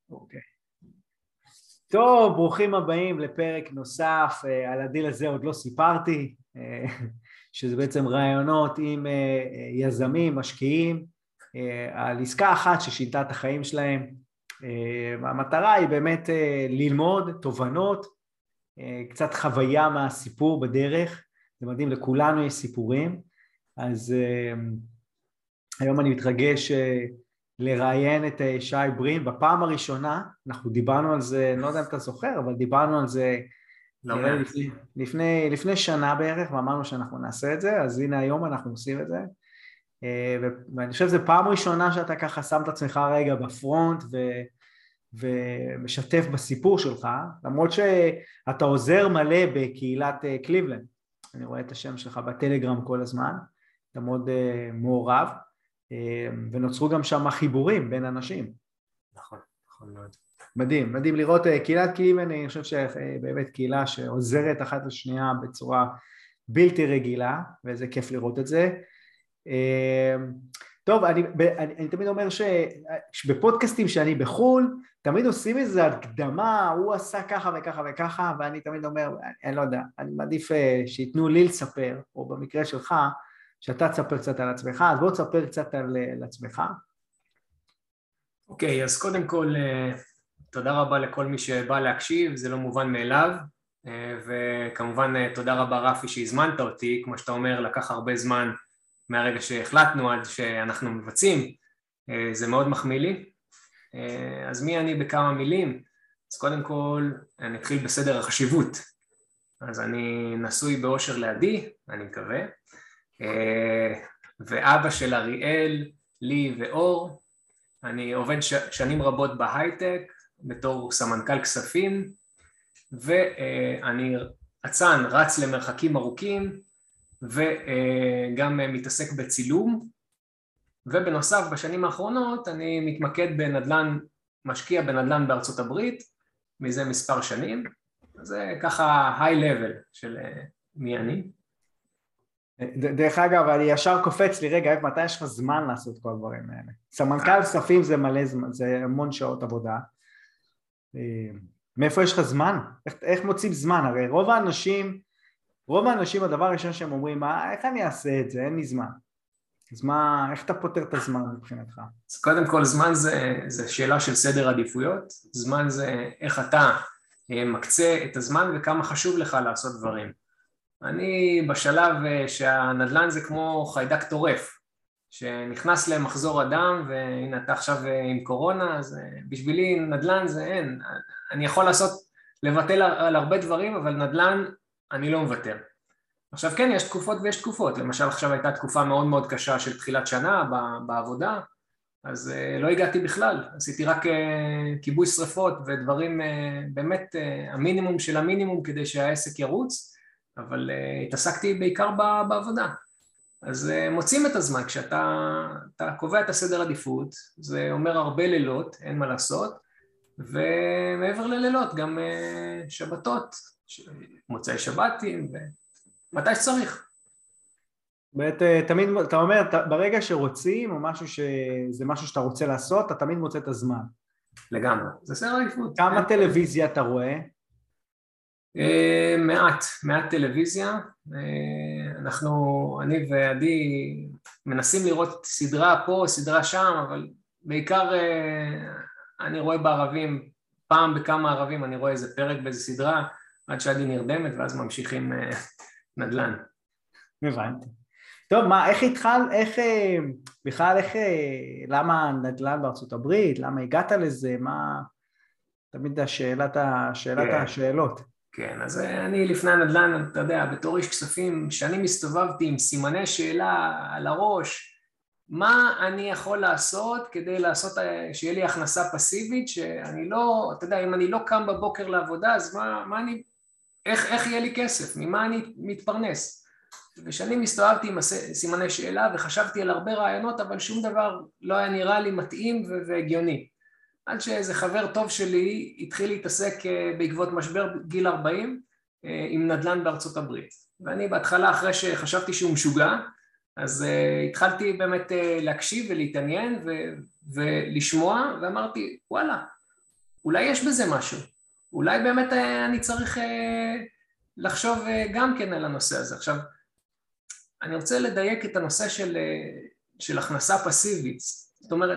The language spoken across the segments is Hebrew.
אוקיי. טוב, ברוכים הבאים לפרק נוסף. על הדיל הזה עוד לא סיפרתי, שזה בעצם רעיונות עם יזמים, משקיעים, על עסקה אחת ששינתה את החיים שלהם. המטרה היא באמת ללמוד תובנות, קצת חוויה מהסיפור בדרך. זה מדהים, לכולנו יש סיפורים. אז היום אני מתרגש לראיין את שי ברין. בפעם הראשונה, אנחנו דיברנו על זה, לא יודע אם אתה זוכר, אבל דיברנו על זה לפני שנה בערך, ואמרנו שאנחנו נעשה את זה, אז הנה היום אנחנו עושים את זה. ואני חושב שזו פעם ראשונה שאתה ככה שם את עצמך רגע בפרונט ומשתף בסיפור שלך, למרות שאתה עוזר מלא בקהילת קליבלנד. אני רואה את השם שלך בטלגרם כל הזמן, אתה מאוד מעורב, ונוצרו גם שם חיבורים בין אנשים. נכון, נכון מאוד. מדהים, מדהים לראות קהילת קליבלנד. אני חושב שבאמת קהילה שעוזרת אחת לשנייה בצורה בלתי רגילה, וזה כיף לראות את זה. טוב, אני תמיד אומר שבפודקאסטים שאני בחול, תמיד עושים איזו הקדמה, הוא עשה ככה וככה וככה, ואני תמיד אומר, אני לא יודע, אני מעדיף שיתנו לי לספר, או במקרה שלך, שאתה תספר קצת על עצמך, אז בוא תספר קצת על עצמך. אוקיי, אז קודם כל, תודה רבה לכל מי שבא להקשיב, זה לא מובן מאליו, וכמובן תודה רבה רפי שהזמנת אותי, כמו שאתה אומר, לקח הרבה זמן מהרגע שהחלטנו עד שאנחנו מבצעים, זה מאוד מחמיא לי. אז מי אני בכמה מילים? אז קודם כל, אני אתחיל בסדר החשיבות. אז אני נשוי באושר לידי, אני מקווה, ואבא של אריאל, לי ואור. אני עובד שנים רבות בהייטק, בתור סמנכ"ל כספים, ואני אצן, רץ למרחקים ארוכים, וגם מתעסק בצילום, ובנוסף בשנים האחרונות אני מתמקד בנדל"ן, משקיע בנדל"ן בארצות הברית, מזה מספר שנים. זה ככה high level של מי אני. דרך אגב, אני ישר קופץ לי, רגע, מתי יש לך זמן לעשות כל הדברים האלה? סמנכ"ל כספים זה מלא זמן, זה המון שעות עבודה. מאיפה יש לך זמן? איך מוצאים זמן? הרי רוב האנשים הדבר הראשון שהם אומרים, איך אני אעשה את זה? אין לי זמן. אז איך אתה פותר את הזמן מבחינתך? אז קודם כל, זמן זה שאלה של סדר עדיפויות. זמן זה איך אתה מקצה את הזמן וכמה חשוב לך לעשות דברים. אני בשלב שהנדל"ן זה כמו חיידק טורף, שנכנס למחזור אדם, והנה אתה עכשיו עם קורונה, אז בשבילי נדל"ן זה אין. אני יכול לבטל על הרבה דברים, אבל נדל"ן אני לא מבטל. עכשיו כן, יש תקופות ויש תקופות. למשל עכשיו הייתה תקופה מאוד מאוד קשה של תחילת שנה בעבודה, אז לא הגעתי בכלל, עשיתי רק כיבוי שריפות ודברים באמת המינימום של המינימום כדי שהעסק ירוץ, אבל התעסקתי בעיקר בעבודה. אז מוצאים את הזמן, כשאתה קובע את הסדר עדיפות, זה אומר הרבה לילות, אין מה לעשות, ומעבר ללילות גם שבתות, מוצאי שבתים, ומתי שצריך. תמיד, אתה אומר, ברגע שרוצים, או זה משהו שאתה רוצה לעשות, אתה תמיד מוצא את הזמן. לגמרי, זה סדר עדיפות. כמה טלוויזיה אתה רואה? מעט טלוויזיה. אני ועדי מנסים לראות סדרה פה, סדרה שם, אבל בעיקר אני רואה בערבים, פעם בכמה ערבים אני רואה איזה פרק באיזה סדרה, עד שעדי נרדמת, ואז ממשיכים נדל"ן. הבנתי. טוב, למה נדל"ן בארצות הברית? למה הגעת לזה? תמיד השאלת השאלות. כן, אז אני לפני הנדל"ן, אתה יודע, בתור איש כספים, שנים הסתובבתי עם סימני שאלה על הראש, מה אני יכול לעשות כדי שיהיה לי הכנסה פסיבית, שאני לא, אתה יודע, אם אני לא קם בבוקר לעבודה, אז איך יהיה לי כסף? ממה אני מתפרנס? ושנים הסתובבתי עם סימני שאלה וחשבתי על הרבה רעיונות, אבל שום דבר לא היה נראה לי מתאים והגיוני. עד שאיזה חבר טוב שלי התחיל להתעסק בעקבות משבר גיל 40 עם נדל"ן בארצות הברית. ואני בהתחלה, אחרי שחשבתי שהוא משוגע, אז התחלתי באמת להקשיב ולהתעניין ולשמוע, ואמרתי, וואלה, אולי יש בזה משהו, אולי באמת אני צריך לחשוב גם כן על הנושא הזה. עכשיו, אני רוצה לדייק את הנושא של הכנסה פסיבית, זאת אומרת,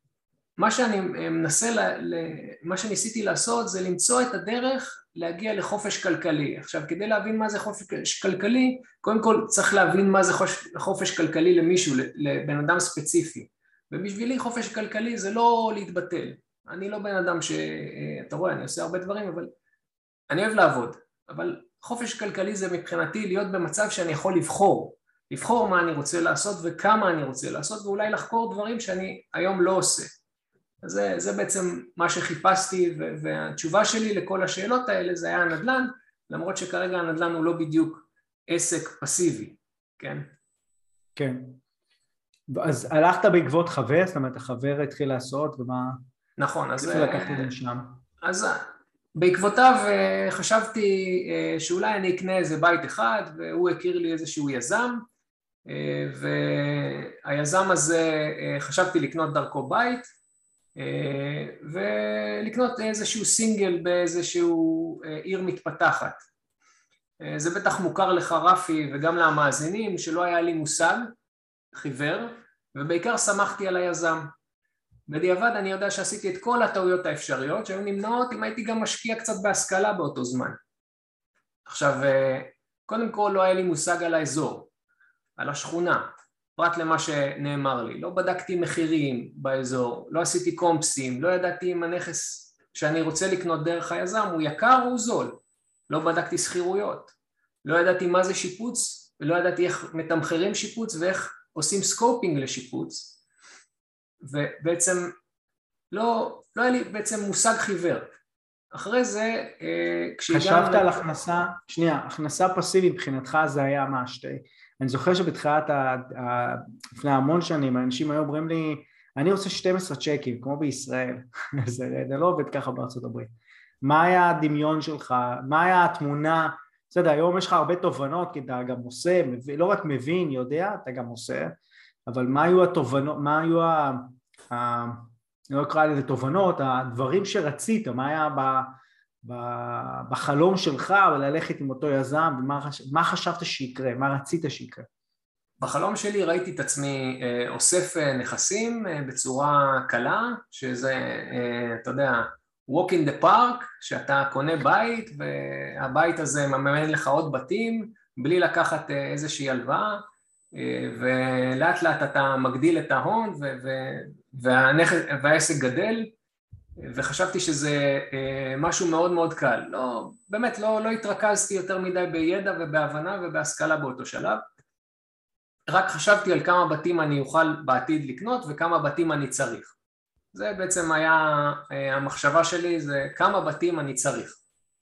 מה שניסיתי לעשות זה למצוא את הדרך להגיע לחופש כלכלי. עכשיו, כדי להבין מה זה חופש כלכלי, קודם כל צריך להבין מה זה חופש כלכלי למישהו, לבן אדם ספציפי. ובשבילי חופש כלכלי זה לא להתבטל. אני לא בן אדם אתה רואה, אני עושה הרבה דברים, אבל אני אוהב לעבוד. אבל חופש כלכלי זה מבחינתי להיות במצב שאני יכול לבחור מה אני רוצה לעשות וכמה אני רוצה לעשות, ואולי לחקור דברים שאני היום לא עושה. אז זה בעצם מה שחיפשתי, והתשובה שלי לכל השאלות האלה זה היה הנדל"ן, למרות שכרגע הנדל"ן הוא לא בדיוק עסק פסיבי, כן? כן. אז הלכת בעקבות חבר, זאת אומרת, החבר התחיל לעשות, ומה... נכון, אז... איפה לקחת את זה משם? אז בעקבותיו חשבתי שאולי אני אקנה איזה בית אחד, והוא הכיר לי איזשהו יזם, והיזם הזה חשבתי לקנות דרכו בית, ולקנות איזשהו סינגל באיזשהו עיר מתפתחת. זה בטח מוכר לך רפי וגם למאזינים שלא היה לי מושג, חיוור, ובעיקר שמחתי על היזם. בדיעבד אני יודע שעשיתי את כל הטעויות האפשריות שהיו נמנעות אם הייתי גם משקיע קצת בהשכלה באותו זמן. עכשיו, קודם כל לא היה לי מושג על האזור, על השכונה, פרט למה שנאמר לי. לא בדקתי מחירים באזור, לא עשיתי קומפסים, לא ידעתי אם הנכס שאני רוצה לקנות דרך היזם הוא יקר או הוא זול. לא בדקתי שכירויות, לא ידעתי מה זה שיפוץ, ולא ידעתי איך מתמחרים שיפוץ ואיך עושים סקופינג לשיפוץ. ובעצם לא היה לי בעצם מושג חיוור. אחרי זה, חשבת על הכנסה, הכנסה פסיבית מבחינתך זה היה מה שתי? אני זוכר שבתחילת, לפני המון שנים, האנשים היו אומרים לי, אני רוצה 12 צ'קים, כמו בישראל, זה לא עובד ככה בארצות הברית. מה היה הדמיון שלך, מה היה התמונה, בסדר, היום יש לך הרבה תובנות, כי אתה גם עושה, לא רק מבין, יודע, אתה גם עושה, אבל מה היו התובנות, מה היו, לא אקרא לזה תובנות, הדברים שרצית, מה היה בחלום שלך וללכת עם אותו יזם, ומה חשבת שיקרה, מה רצית שיקרה? בחלום שלי ראיתי את עצמי אוסף נכסים בצורה קלה, שזה, אתה יודע, walk in the park, שאתה קונה בית והבית הזה מממן לך עוד בתים, בלי לקחת איזושהי הלוואה, ולאט לאט אתה מגדיל את ההון והעסק גדל, וחשבתי שזה משהו מאוד מאוד קל. לא, באמת לא התרכזתי יותר מדי בידע ובהבנה ובהשכלה באותו שלב, רק חשבתי על כמה בתים אני אוכל בעתיד לקנות וכמה בתים אני צריך. זה בעצם היה המחשבה שלי, זה כמה בתים אני צריך.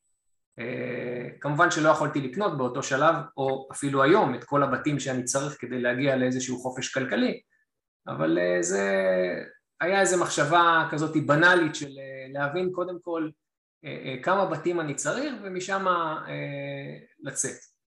כמובן שלא יכולתי לקנות באותו שלב, או אפילו היום, את כל הבתים שאני צריך כדי להגיע לאיזשהו חופש כלכלי, אבל זה היה איזו מחשבה כזאת בנאלית של להבין קודם כל כמה בתים אני צריך ומשם לצאת.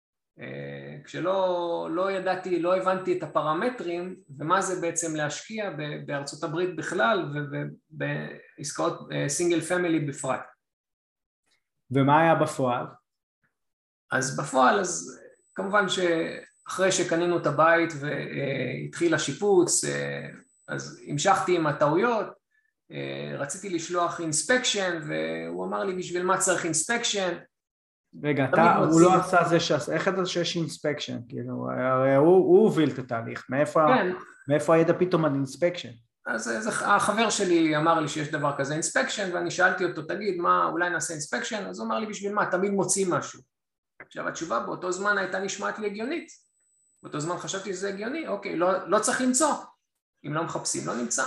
כשלא ידעתי, לא הבנתי את הפרמטרים ומה זה בעצם להשקיע בארצות הברית בכלל ובעסקאות סינגל פמילי בפרט. ומה היה בפועל? אז בפועל, אז כמובן שאחרי שקנינו את הבית והתחיל השיפוץ, אז המשכתי עם הטעויות, רציתי לשלוח אינספקשן והוא אמר לי בשביל מה צריך אינספקשן. רגע, הוא לא עשה זה איך אתה שיש אינספקשן? כאילו, הוא הוביל את התהליך, מאיפה הידע פתאום על אינספקשן? אז החבר שלי אמר לי שיש דבר כזה אינספקשן, ואני שאלתי אותו, תגיד, מה, אולי נעשה אינספקשן? אז הוא אמר לי, בשביל מה? תמיד מוצאים משהו. עכשיו, התשובה באותו זמן הייתה נשמעת לי הגיונית. באותו זמן חשבתי שזה הגיוני, אוקיי, לא צריך למצוא. אם לא מחפשים, לא נמצא.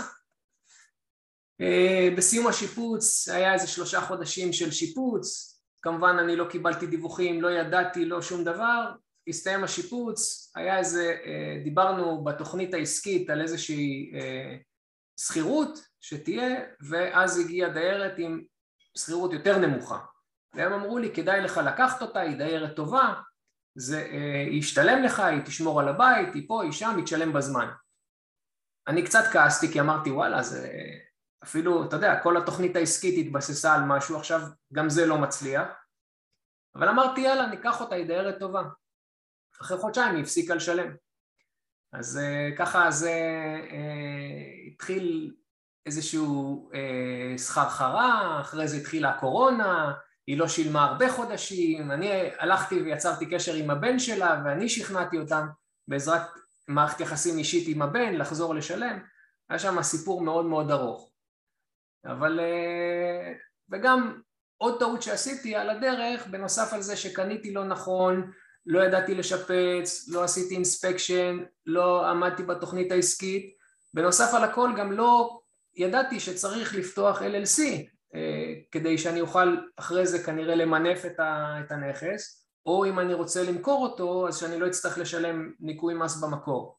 בסיום השיפוץ, היה איזה 3 חודשים של שיפוץ, כמובן אני לא קיבלתי דיווחים, לא ידעתי, לא שום דבר, הסתיים השיפוץ, היה איזה, דיברנו בתוכנית העסקית על איזושהי שכירות שתהיה, ואז הגיעה דיירת עם שכירות יותר נמוכה. והם אמרו לי, כדאי לך לקחת אותה, היא דיירת טובה, היא ישתלם לך, היא תשמור על הבית, היא פה, היא שם, היא תשלם בזמן. אני קצת כעסתי כי אמרתי, וואלה, אפילו, אתה יודע, כל התוכנית העסקית התבססה על משהו, עכשיו גם זה לא מצליח, אבל אמרתי, יאללה, ניקח אותה, היא דיירת טובה. אחרי חודשיים היא הפסיקה לשלם. אז ככה זה התחיל איזשהו סחרחרה, אחרי זה התחילה הקורונה, היא לא שילמה הרבה חודשים, אני הלכתי ויצרתי קשר עם הבן שלה, ואני שכנעתי אותם בעזרת מערכת יחסים אישית עם הבן, לחזור לשלם. היה שם סיפור מאוד מאוד ארוך. אבל, וגם עוד טעות שעשיתי על הדרך, בנוסף על זה שקניתי לא נכון, לא ידעתי לשפץ, לא עשיתי אינספקשן, לא עמדתי בתוכנית העסקית, בנוסף על הכל גם לא ידעתי שצריך לפתוח LLC, כדי שאני אוכל אחרי זה כנראה למנף את הנכס, או אם אני רוצה למכור אותו, אז שאני לא אצטרך לשלם ניכוי מס במקור.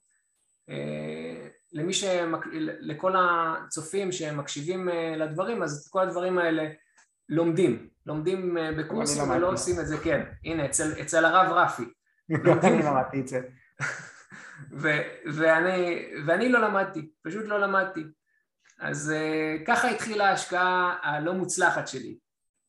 לכל הצופים שמקשיבים לדברים, אז כל הדברים האלה לומדים בקורסים ולא עושים את זה, כן, הנה, אצל הרב רפי. אני למדתי את זה. ואני לא למדתי, פשוט לא למדתי. אז ככה התחילה ההשקעה הלא מוצלחת שלי.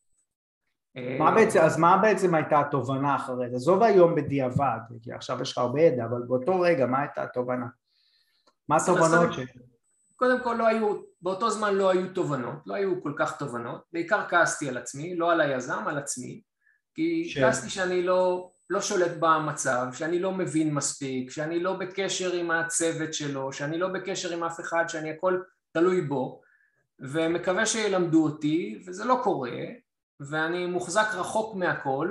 אז מה בעצם הייתה התובנה אחרי זה? עזוב היום בדיעבד, כי עכשיו יש לך הרבה ידע, אבל באותו רגע מה הייתה התובנה? מה התובנות ש... קודם כל באותו זמן לא היו תובנות, לא היו כל כך תובנות, בעיקר כעסתי על עצמי, לא על היזם, על עצמי, כי כעסתי שאני לא שולט במצב, שאני לא מבין מספיק, שאני לא בקשר עם הצוות שלו, שאני לא בקשר עם אף אחד, שאני הכל תלוי בו, ומקווה שילמדו אותי, וזה לא קורה, ואני מוחזק רחוק מהכל,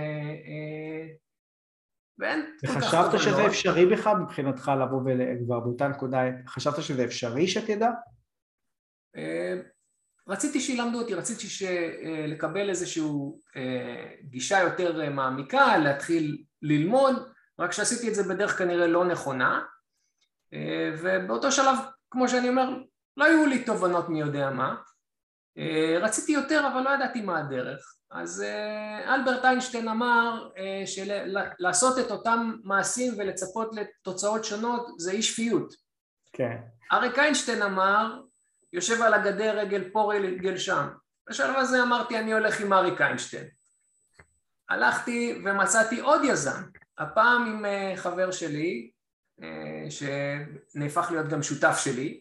ואין כל כך תובנות. חשבת שזה אפשרי בך מבחינתך לבוא וכבר באותה נקודה, חשבת שזה אפשרי שתדע? רציתי שילמדו אותי, רציתי לקבל איזושהי גישה יותר מעמיקה, להתחיל ללמוד, רק שעשיתי את זה בדרך כנראה לא נכונה, ובאותו שלב, כמו שאני אומר, לא היו לי תובנות מי יודע מה, רציתי יותר אבל לא ידעתי מה הדרך, אז אלברט איינשטיין אמר שלעשות את אותם מעשים ולצפות לתוצאות שונות זה אי שפיות. כן. אריק איינשטיין אמר, יושב על הגדר רגל פה רגל שם. בשלב הזה אמרתי אני הולך עם אריק איינשטיין. הלכתי ומצאתי עוד יזם, הפעם עם חבר שלי, שנהפך להיות גם שותף שלי,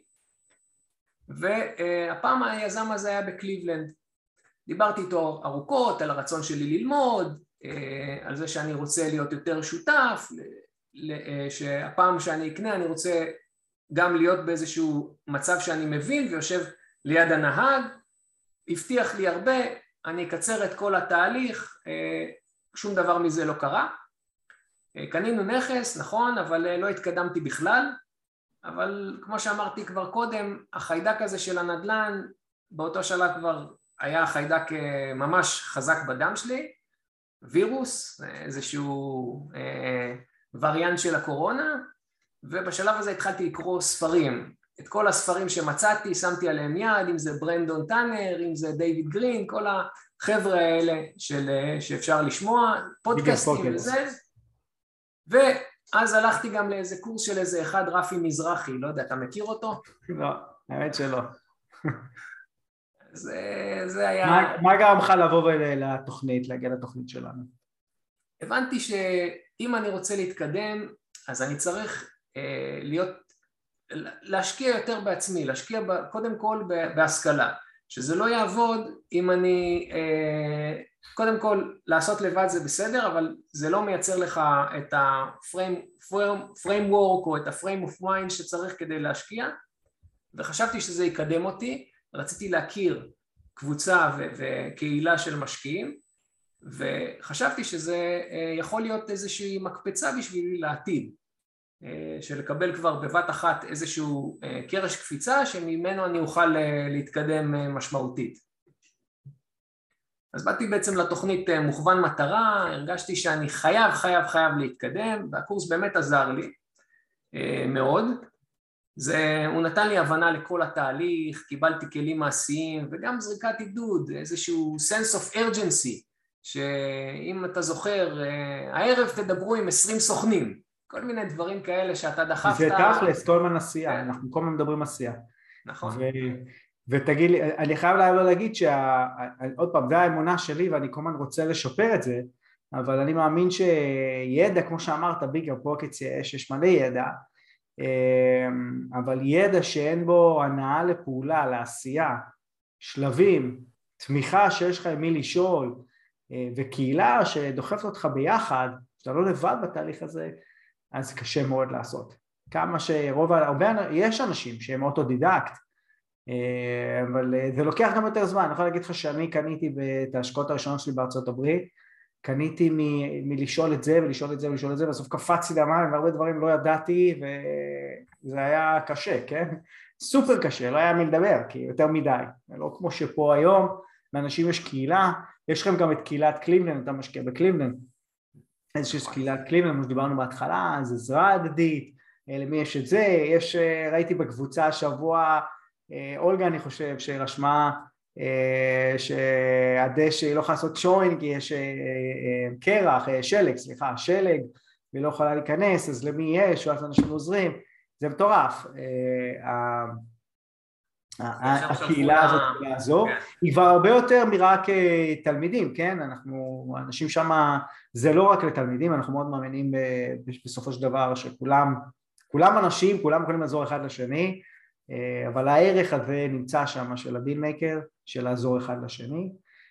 והפעם היזם הזה היה בקליבלנד. דיברתי איתו ארוכות על הרצון שלי ללמוד, על זה שאני רוצה להיות יותר שותף, שהפעם שאני אקנה אני רוצה גם להיות באיזשהו מצב שאני מבין ויושב ליד הנהג, הבטיח לי הרבה, אני אקצר את כל התהליך, שום דבר מזה לא קרה. קנינו נכס, נכון, אבל לא התקדמתי בכלל, אבל כמו שאמרתי כבר קודם, החיידק הזה של הנדל"ן, באותו שלב כבר היה החיידק ממש חזק בדם שלי, וירוס, איזשהו וריאנט של הקורונה, ובשלב הזה התחלתי לקרוא ספרים. את כל הספרים שמצאתי, שמתי עליהם יד, אם זה ברנדון טאנר, אם זה דיוויד גרין, כל החבר'ה האלה שאפשר לשמוע, פודקאסטים וזה. ואז הלכתי גם לאיזה קורס של איזה אחד, רפי מזרחי, לא יודע, אתה מכיר אותו? לא, האמת שלא. זה היה... מה גרם לך לבוא לתוכנית, להגיע לתוכנית שלנו? הבנתי שאם אני רוצה להתקדם, אז אני צריך להשקיע יותר בעצמי, להשקיע קודם כל בהשכלה, שזה לא יעבוד אם אני, קודם כל לעשות לבד זה בסדר, אבל זה לא מייצר לך את ה-framework או את ה-frame of mind שצריך כדי להשקיע, וחשבתי שזה יקדם אותי, רציתי להכיר קבוצה וקהילה של משקיעים, וחשבתי שזה יכול להיות איזושהי מקפצה בשבילי לעתיד, של לקבל כבר בבת אחת איזשהו קרש קפיצה שממנו אני אוכל להתקדם משמעותית. אז באתי בעצם לתוכנית מוכוון מטרה, הרגשתי שאני חייב להתקדם, והקורס באמת עזר לי מאוד. הוא נתן לי הבנה לכל התהליך, קיבלתי כלים מעשיים וגם זריקת עידוד, איזשהו sense of urgency, שאם אתה זוכר, הערב תדברו עם 20 סוכנים, כל מיני דברים כאלה שאתה דחפת. זה תכלס, כל הזמן עשייה, אנחנו כל הזמן מדברים עשייה. נכון. ותגיד לי, אני חייב להגיד עוד פעם, זה האמונה שלי ואני כל הזמן רוצה לשפר את זה, אבל אני מאמין שידע, כמו שאמרת, ביגר פוקטס יש מלא ידע, אבל ידע שאין בו הנאה לפעולה, לעשייה, שלבים, תמיכה שיש לך עם מי לשאול, וקהילה שדוחפת אותך ביחד, שאתה לא לבד בתהליך הזה, אז קשה מאוד לעשות. כמה יש אנשים שהם אוטודידקט, אבל זה לוקח גם יותר זמן. אני יכול להגיד לך שאני קניתי את ההשקעות הראשונות שלי בארצות הברית, קניתי מלשאול את זה ולשאול את זה ולשאול את זה, בסוף קפצתי למים והרבה דברים לא ידעתי, וזה היה קשה, כן? סופר קשה, לא היה מי לדבר, כי יותר מדי, לא כמו שפה היום, לאנשים יש קהילה, יש לכם גם את קהילת קליבלנד, אתה משקיע בקליבלנד, איזושהי קהילת קליבלנד, כמו שדיברנו בהתחלה, אז עזרה הדדית, למי יש את זה, ראיתי בקבוצה השבוע, אולגה אני חושב שרשמה שהדשא היא לא יכולה לעשות שוין כי יש קרח, שלג והיא לא יכולה להיכנס, אז למי יש, ואז אנשים עוזרים, זה מטורף. הקהילה הזאת לעזור, היא כבר הרבה יותר מרק תלמידים, כן? אנשים שם, זה לא רק לתלמידים, אנחנו מאוד מאמינים בסופו של דבר שכולם אנשים, כולם יכולים לעזור אחד לשני, אבל הערך הזה נמצא שם של הדיל מייקר, של לעזור אחד לשני.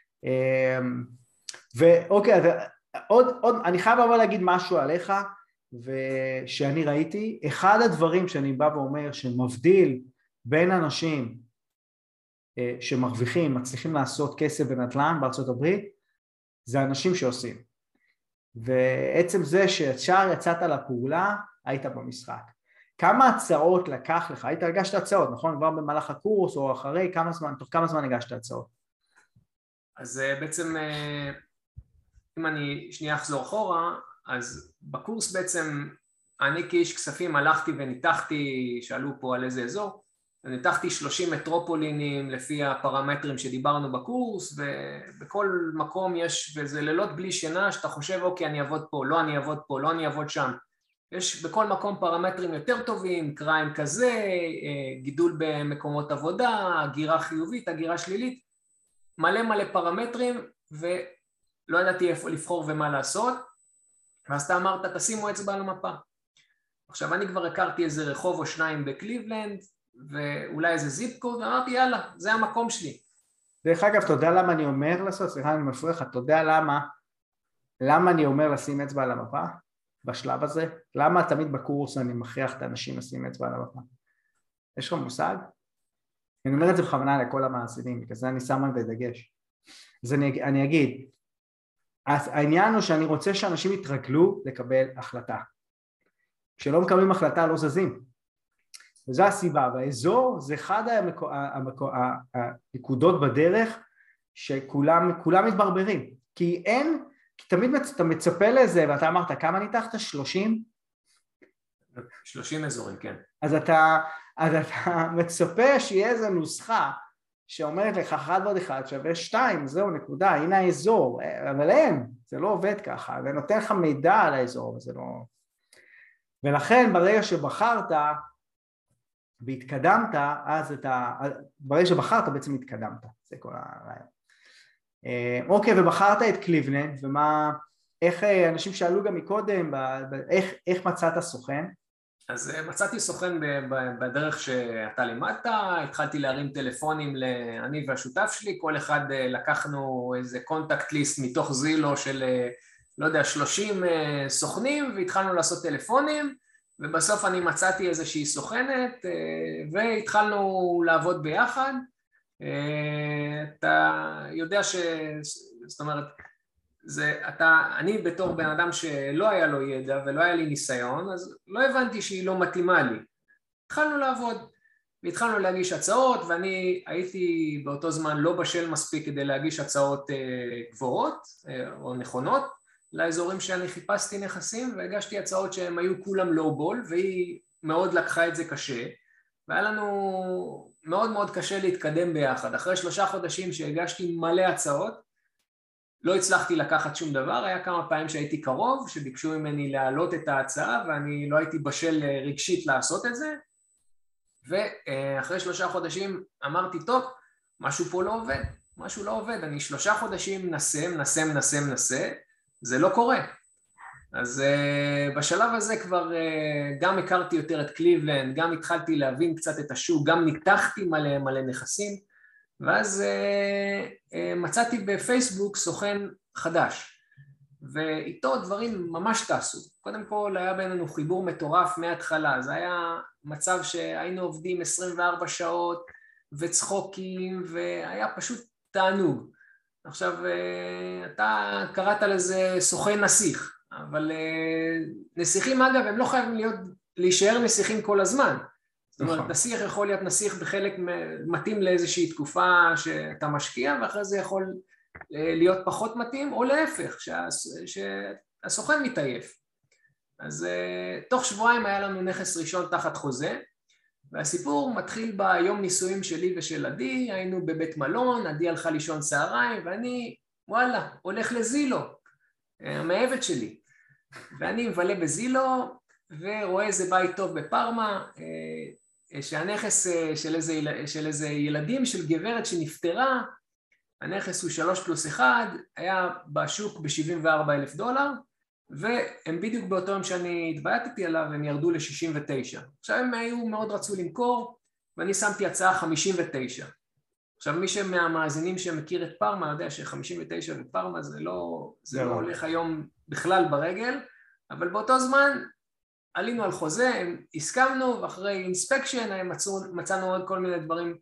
ואוקיי, אני חייב אבל להגיד משהו עליך, ושאני ראיתי, אחד הדברים שאני בא ואומר שמבדיל בין אנשים שמרוויחים, מצליחים לעשות כסף בנדל"ן בארצות הברית, זה אנשים שעושים. ועצם זה שישר יצאת לפעולה, היית במשחק. כמה הצעות לקח לך? היית הגשת הצעות, נכון? כבר במהלך הקורס או אחרי, תוך כמה זמן הגשת הצעות? אז בעצם, אם אני שנייה אחזור אחורה, אז בקורס בעצם, אני כאיש כספים הלכתי וניתחתי, שאלו פה על איזה אזור, ניתחתי 30 מטרופולינים לפי הפרמטרים שדיברנו בקורס, ובכל מקום יש, וזה לילות בלי שינה, שאתה חושב, אוקיי, אני אעבוד פה, לא אני אעבוד פה, לא אני אעבוד שם. יש בכל מקום פרמטרים יותר טובים, קריים כזה, גידול במקומות עבודה, הגירה חיובית, הגירה שלילית, מלא פרמטרים, ולא ידעתי איפה לבחור ומה לעשות, ואז אתה אמרת, תשימו אצבע על המפה. עכשיו אני כבר הכרתי איזה רחוב או שניים בקליבלנד, ואולי איזה זיפ קוד, ואמרתי יאללה, זה המקום שלי. דרך אגב, אתה יודע למה אני אומר לעשות? סליחה, אני מפריע לך, אתה יודע למה אני אומר לשים אצבע על המפה? בשלב הזה? למה תמיד בקורס אני מכריח את האנשים לשים אצבע על המפה? יש לך מושג? אני אומר את זה בכוונה לכל המאזינים, בגלל זה אני שם על זה דגש. אז אני אגיד, העניין הוא שאני רוצה שאנשים יתרגלו לקבל החלטה. כשלא מקבלים החלטה לא זזים. וזו הסיבה, והאזור זה אחד הנקודות בדרך שכולם מתברברים, כי תמיד אתה מצפה לזה, ואתה אמרת, כמה ניתחת? 30? 30 אזורים, כן. אז אתה מצפה שיהיה איזו נוסחה שאומרת לך 1 ועוד 1 שווה 2, זהו נקודה, הנה האזור, אבל אין, זה לא עובד ככה, זה נותן לך מידע על האזור, וזה לא... ולכן ברגע שבחרת והתקדמת, ברגע שבחרת בעצם התקדמת, זה כל הרעיון. אוקיי, ובחרת את קליבלנד, איך אנשים שאלו גם מקודם, איך מצאת סוכן? אז מצאתי סוכן בדרך שאתה לימדת, התחלתי להרים טלפונים אני והשותף שלי, כל אחד לקחנו איזה קונטקט ליסט מתוך זילו של, לא יודע, 30 סוכנים, והתחלנו לעשות טלפונים, ובסוף אני מצאתי איזושהי סוכנת, והתחלנו לעבוד ביחד. אתה יודע זאת אומרת, אני בתור בן אדם שלא היה לו ידע ולא היה לי ניסיון, אז לא הבנתי שהיא לא מתאימה לי. התחלנו לעבוד, והתחלנו להגיש הצעות, ואני הייתי באותו זמן לא בשל מספיק כדי להגיש הצעות גבוהות או נכונות לאזורים שאני חיפשתי נכסים, והגשתי הצעות שהן היו כולם לואו בול, והיא מאוד לקחה את זה קשה, והיה לנו מאוד מאוד קשה להתקדם ביחד. אחרי 3 חודשים שהגשתי מלא הצעות, לא הצלחתי לקחת שום דבר, היה כמה פעמים שהייתי קרוב, שביקשו ממני להעלות את ההצעה, ואני לא הייתי בשל רגשית לעשות את זה, ואחרי 3 חודשים אמרתי, טוב, משהו פה לא עובד, משהו לא עובד, אני 3 חודשים מנסה, זה לא קורה. אז בשלב הזה כבר גם הכרתי יותר את קליבלנד, גם התחלתי להבין קצת את השוק, גם ניתחתי מלא נכסים, ואז מצאתי בפייסבוק סוכן חדש, ואיתו דברים ממש טסו. קודם כל היה בינינו חיבור מטורף מההתחלה, זה היה מצב שהיינו עובדים 24 שעות וצחוקים, והיה פשוט תענוג. עכשיו, אתה קראת לזה סוכן נסיך, אבל נסיכים אגב הם לא חייבים להישאר נסיכים כל הזמן. זאת אומרת, נסיך יכול להיות נסיך בחלק מתאים לאיזושהי תקופה שאתה משקיע, ואחרי זה יכול להיות פחות מתאים, או להפך, שהסוכן מתעייף. אז תוך שבועיים היה לנו נכס ראשון תחת חוזה, והסיפור מתחיל ביום נישואים שלי ושל עדי, היינו בבית מלון, עדי הלכה לישון צהריים, ואני, וואלה, הולך לזילו, המאהבת שלי. ואני מבלה בזילו, ורואה איזה בית טוב בפרמה, שהנכס של איזה ילדים של גברת שנפטרה, הנכס הוא 3+1, היה בשוק ב$74,000, והם בדיוק באותו יום שאני התבייתתי עליו, הם ירדו ל-69. עכשיו הם מאוד רצו למכור, ואני שמתי הצעה 59. עכשיו מי מהמאזינים שמכיר את פרמה, יודע ש-59 ופרמה זה לא הולך היום בכלל ברגל, אבל באותו זמן עלינו על חוזה, הסכמנו, ואחרי אינספקשן מצאנו עוד כל מיני דברים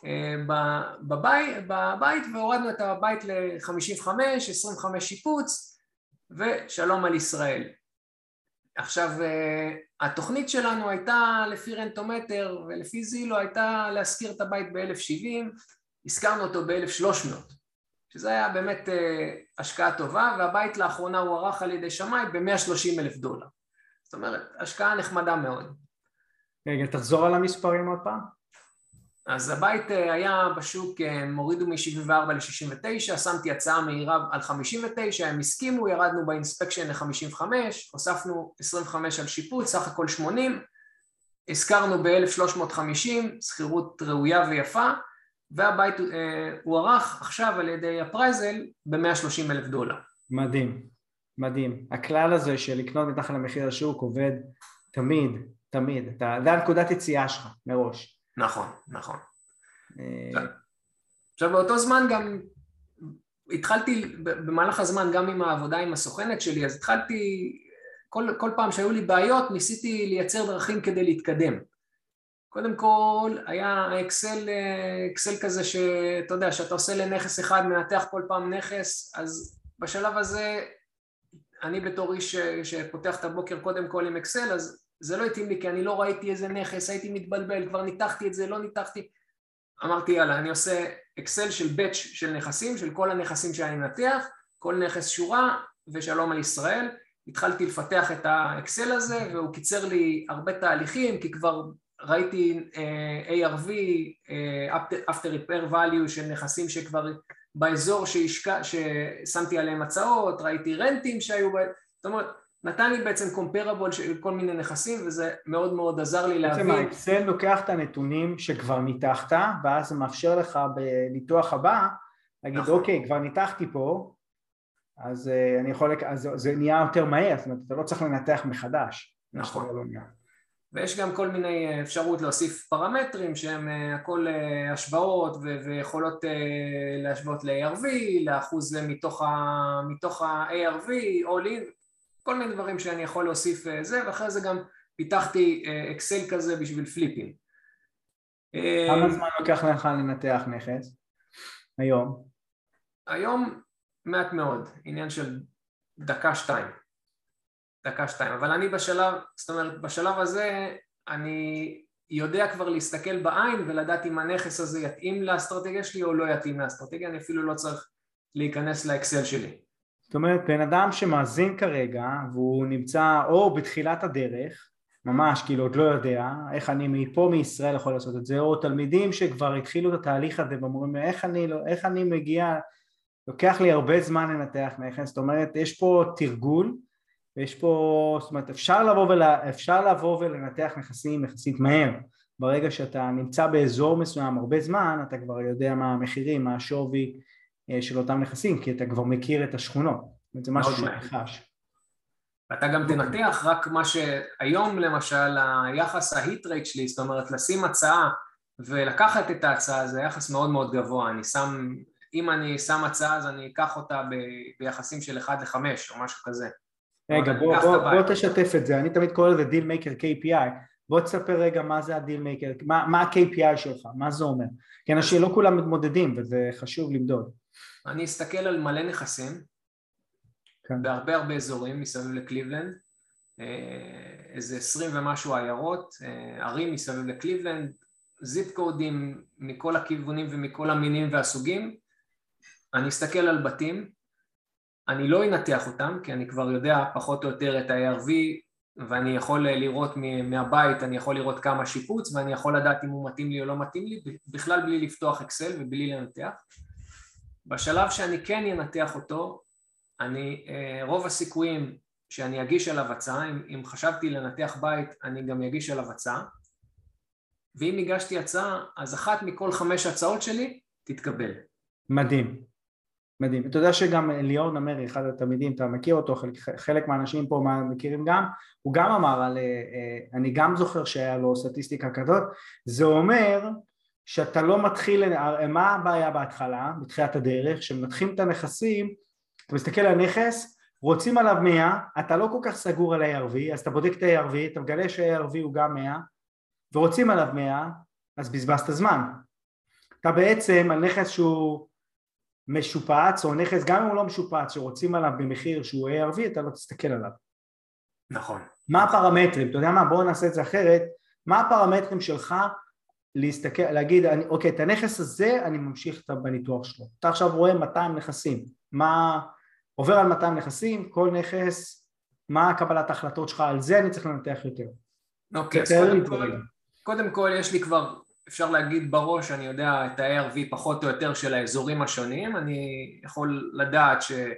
בבית, והורדנו את הבית ל-55, 25 שיפוץ, ושלום על ישראל. עכשיו, התוכנית שלנו הייתה לפי רנטומטר, ולפי זילו הייתה להשכיר את הבית ב-1,070, הזכרנו אותו ב-1,300, שזה היה באמת השקעה טובה, והבית לאחרונה הוא ערך על ידי שמאי ב-$130,000. זאת אומרת, השקעה נחמדה מאוד. רגע, תחזור על המספרים עוד פעם. אז הבית היה בשוק, מורידו מ-74 ל-69, שמתי הצעה מהירה על 59, הם הסכימו, ירדנו באינספקשן ל-55, הוספנו 25 על שיפוץ, סך הכל 80, הזכרנו ב-1,350, שכירות ראויה ויפה, והבית הוערך עכשיו על ידי הפרייזל ב-$130,000. מדהים, מדהים. הכלל הזה של לקנות מתחת למחיר השוק עובד תמיד. זה הנקודת יציאה שלך מראש. נכון. עכשיו באותו זמן גם התחלתי במהלך הזמן גם עם העבודה עם הסוכנת שלי, אז התחלתי, כל פעם שהיו לי בעיות ניסיתי לייצר דרכים כדי להתקדם. קודם כל היה אקסל כזה שאתה יודע שאתה עושה לנכס אחד, מנתח כל פעם נכס, אז בשלב הזה אני בתור איש שפותח את הבוקר קודם כל עם אקסל, אז זה לא התאים לי כי אני לא ראיתי איזה נכס, הייתי מתבלבל, כבר ניתחתי את זה, לא ניתחתי. אמרתי יאללה, אני עושה אקסל של באץ' של נכסים, של כל הנכסים שאני מנתח, כל נכס שורה ושלום על ישראל. התחלתי לפתח את האקסל הזה והוא קיצר לי הרבה תהליכים, כי כבר ראיתי ARV, After Repair Value של נכסים שכבר באזור ששמתי עליהם הצעות, ראיתי רנטים שהיו, זאת אומרת, נתן לי בעצם קומפרבול של כל מיני נכסים, וזה מאוד מאוד עזר לי להבין. בעצם האקסל לוקח את הנתונים שכבר ניתחת, ואז זה מאפשר לך בניתוח הבא, להגיד אוקיי, כבר ניתחתי פה, אז זה נהיה יותר מהר, זאת אומרת, אתה לא צריך לנתח מחדש. נכון. ויש גם כל מיני אפשרות להוסיף פרמטרים שהם הכל השוואות ויכולות להשוות ל-ARV, לאחוז מתוך ה-ARV, all in, כל מיני דברים שאני יכול להוסיף זה, ואחרי זה גם פיתחתי אקסל כזה בשביל פליפים. כמה זמן לוקח לך לנתח נכס היום? היום מעט מאוד, עניין של דקה-שתיים, אבל אני בשלב הזה אני יודע כבר להסתכל בעין ולדעת אם הנכס הזה יתאים לאסטרטגיה שלי או לא יתאים לאסטרטגיה, אני אפילו לא צריך להיכנס לאקסל שלי. זאת אומרת, בן אדם שמאזין כרגע והוא נמצא או בתחילת הדרך, ממש כאילו עוד לא יודע איך אני מפה מישראל יכול לעשות את זה, או תלמידים שכבר התחילו את התהליך הזה ואומרים איך אני מגיע, לוקח לי הרבה זמן לנתח נכס, זאת אומרת יש פה תרגול, ויש פה, זאת אומרת אפשר לבוא ולנתח נכסים יחסית מהר ברגע שאתה נמצא באזור מסוים הרבה זמן, אתה כבר יודע מה המחירים, מה השווי של אותם נכסים, כי אתה כבר מכיר את השכונות. זה משהו שנחש. ואתה גם תנתח רק מה שהיום למשל היחס ההיט רייט שלי, זאת אומרת לשים הצעה ולקחת את ההצעה, זה יחס מאוד מאוד גבוה. אם אני שם הצעה אז אני אקח אותה ביחסים של 1-5 או משהו כזה. רגע, בוא תשתף את זה, אני תמיד קורא לזה דיל מייקר KPI, בוא תספר רגע מה זה הדיל מייקר, מה ה-KPI שלך, מה זה אומר? כי אנשים לא כולם מתמודדים וזה חשוב למדוד. אני אסתכל על מלא נכסים, בהרבה הרבה אזורים מסביב לקליבלנד, איזה 20 ומשהו עיירות, ערים מסביב לקליבלנד, זיפ קודים מכל הכיוונים ומכל המינים והסוגים, אני אסתכל על בתים, אני לא אנתח אותם כי אני כבר יודע פחות או יותר את ה-ARV ואני יכול לראות מהבית, אני יכול לראות כמה שיפוץ ואני יכול לדעת אם הוא מתאים לי או לא מתאים לי, בכלל בלי לפתוח אקסל ובלי לנתח. בשלב שאני כן אנתח אותו, רוב הסיכויים שאני אגיש עליו הצעה, אם חשבתי לנתח בית אני גם אגיש עליו הצעה, ואם הגשתי הצעה אז אחת מכל 5 הצעות שלי תתקבל. מדהים. מדהים. אתה יודע שגם ליאור נמרי, אחד התלמידים, אתה מכיר אותו, חלק מהאנשים פה מכירים גם, הוא גם אמר אני גם זוכר שהיה לו סטטיסטיקה כזאת, זה אומר שאתה לא מתחיל, מה הבעיה בהתחלה, בתחילת הדרך, שמתחילים את הנכסים, אתה מסתכל על נכס, רוצים עליו 100, אתה לא כל כך סגור על ה-ARV, אז אתה בודק את ה-ARV, אתה מגלה שה-ARV הוא גם 100, ורוצים עליו 100, אז בזבזת זמן. אתה בעצם על נכס שהוא משופץ, או נכס גם אם הוא לא משופץ, שרוצים עליו במחיר שהוא ARV, אתה לא תסתכל עליו. נכון. מה הפרמטרים? אתה יודע מה? בואו נעשה את זה אחרת. מה הפרמטרים שלך להסתכל, להגיד, אוקיי, את הנכס הזה אני ממשיך בניתוח שלו. אתה עכשיו רואה 200 נכסים. מה עובר על 200 נכסים, כל נכס, מה קבלת ההחלטות שלך? על זה אני צריך לנתח יותר. אוקיי, אז קודם כל יש לי כבר, אפשר להגיד בראש, אני יודע את ה-ARV פחות או יותר של האזורים השונים, אני יכול לדעת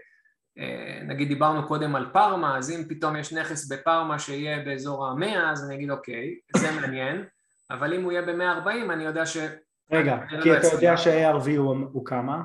נגיד דיברנו קודם על פארמה, אז אם פתאום יש נכס בפארמה שיהיה באזור ה-100, אז אני אגיד אוקיי, זה מעניין, אבל אם הוא יהיה ב-140 אני יודע ש... רגע, כי אתה יודע שה-ARV הוא כמה?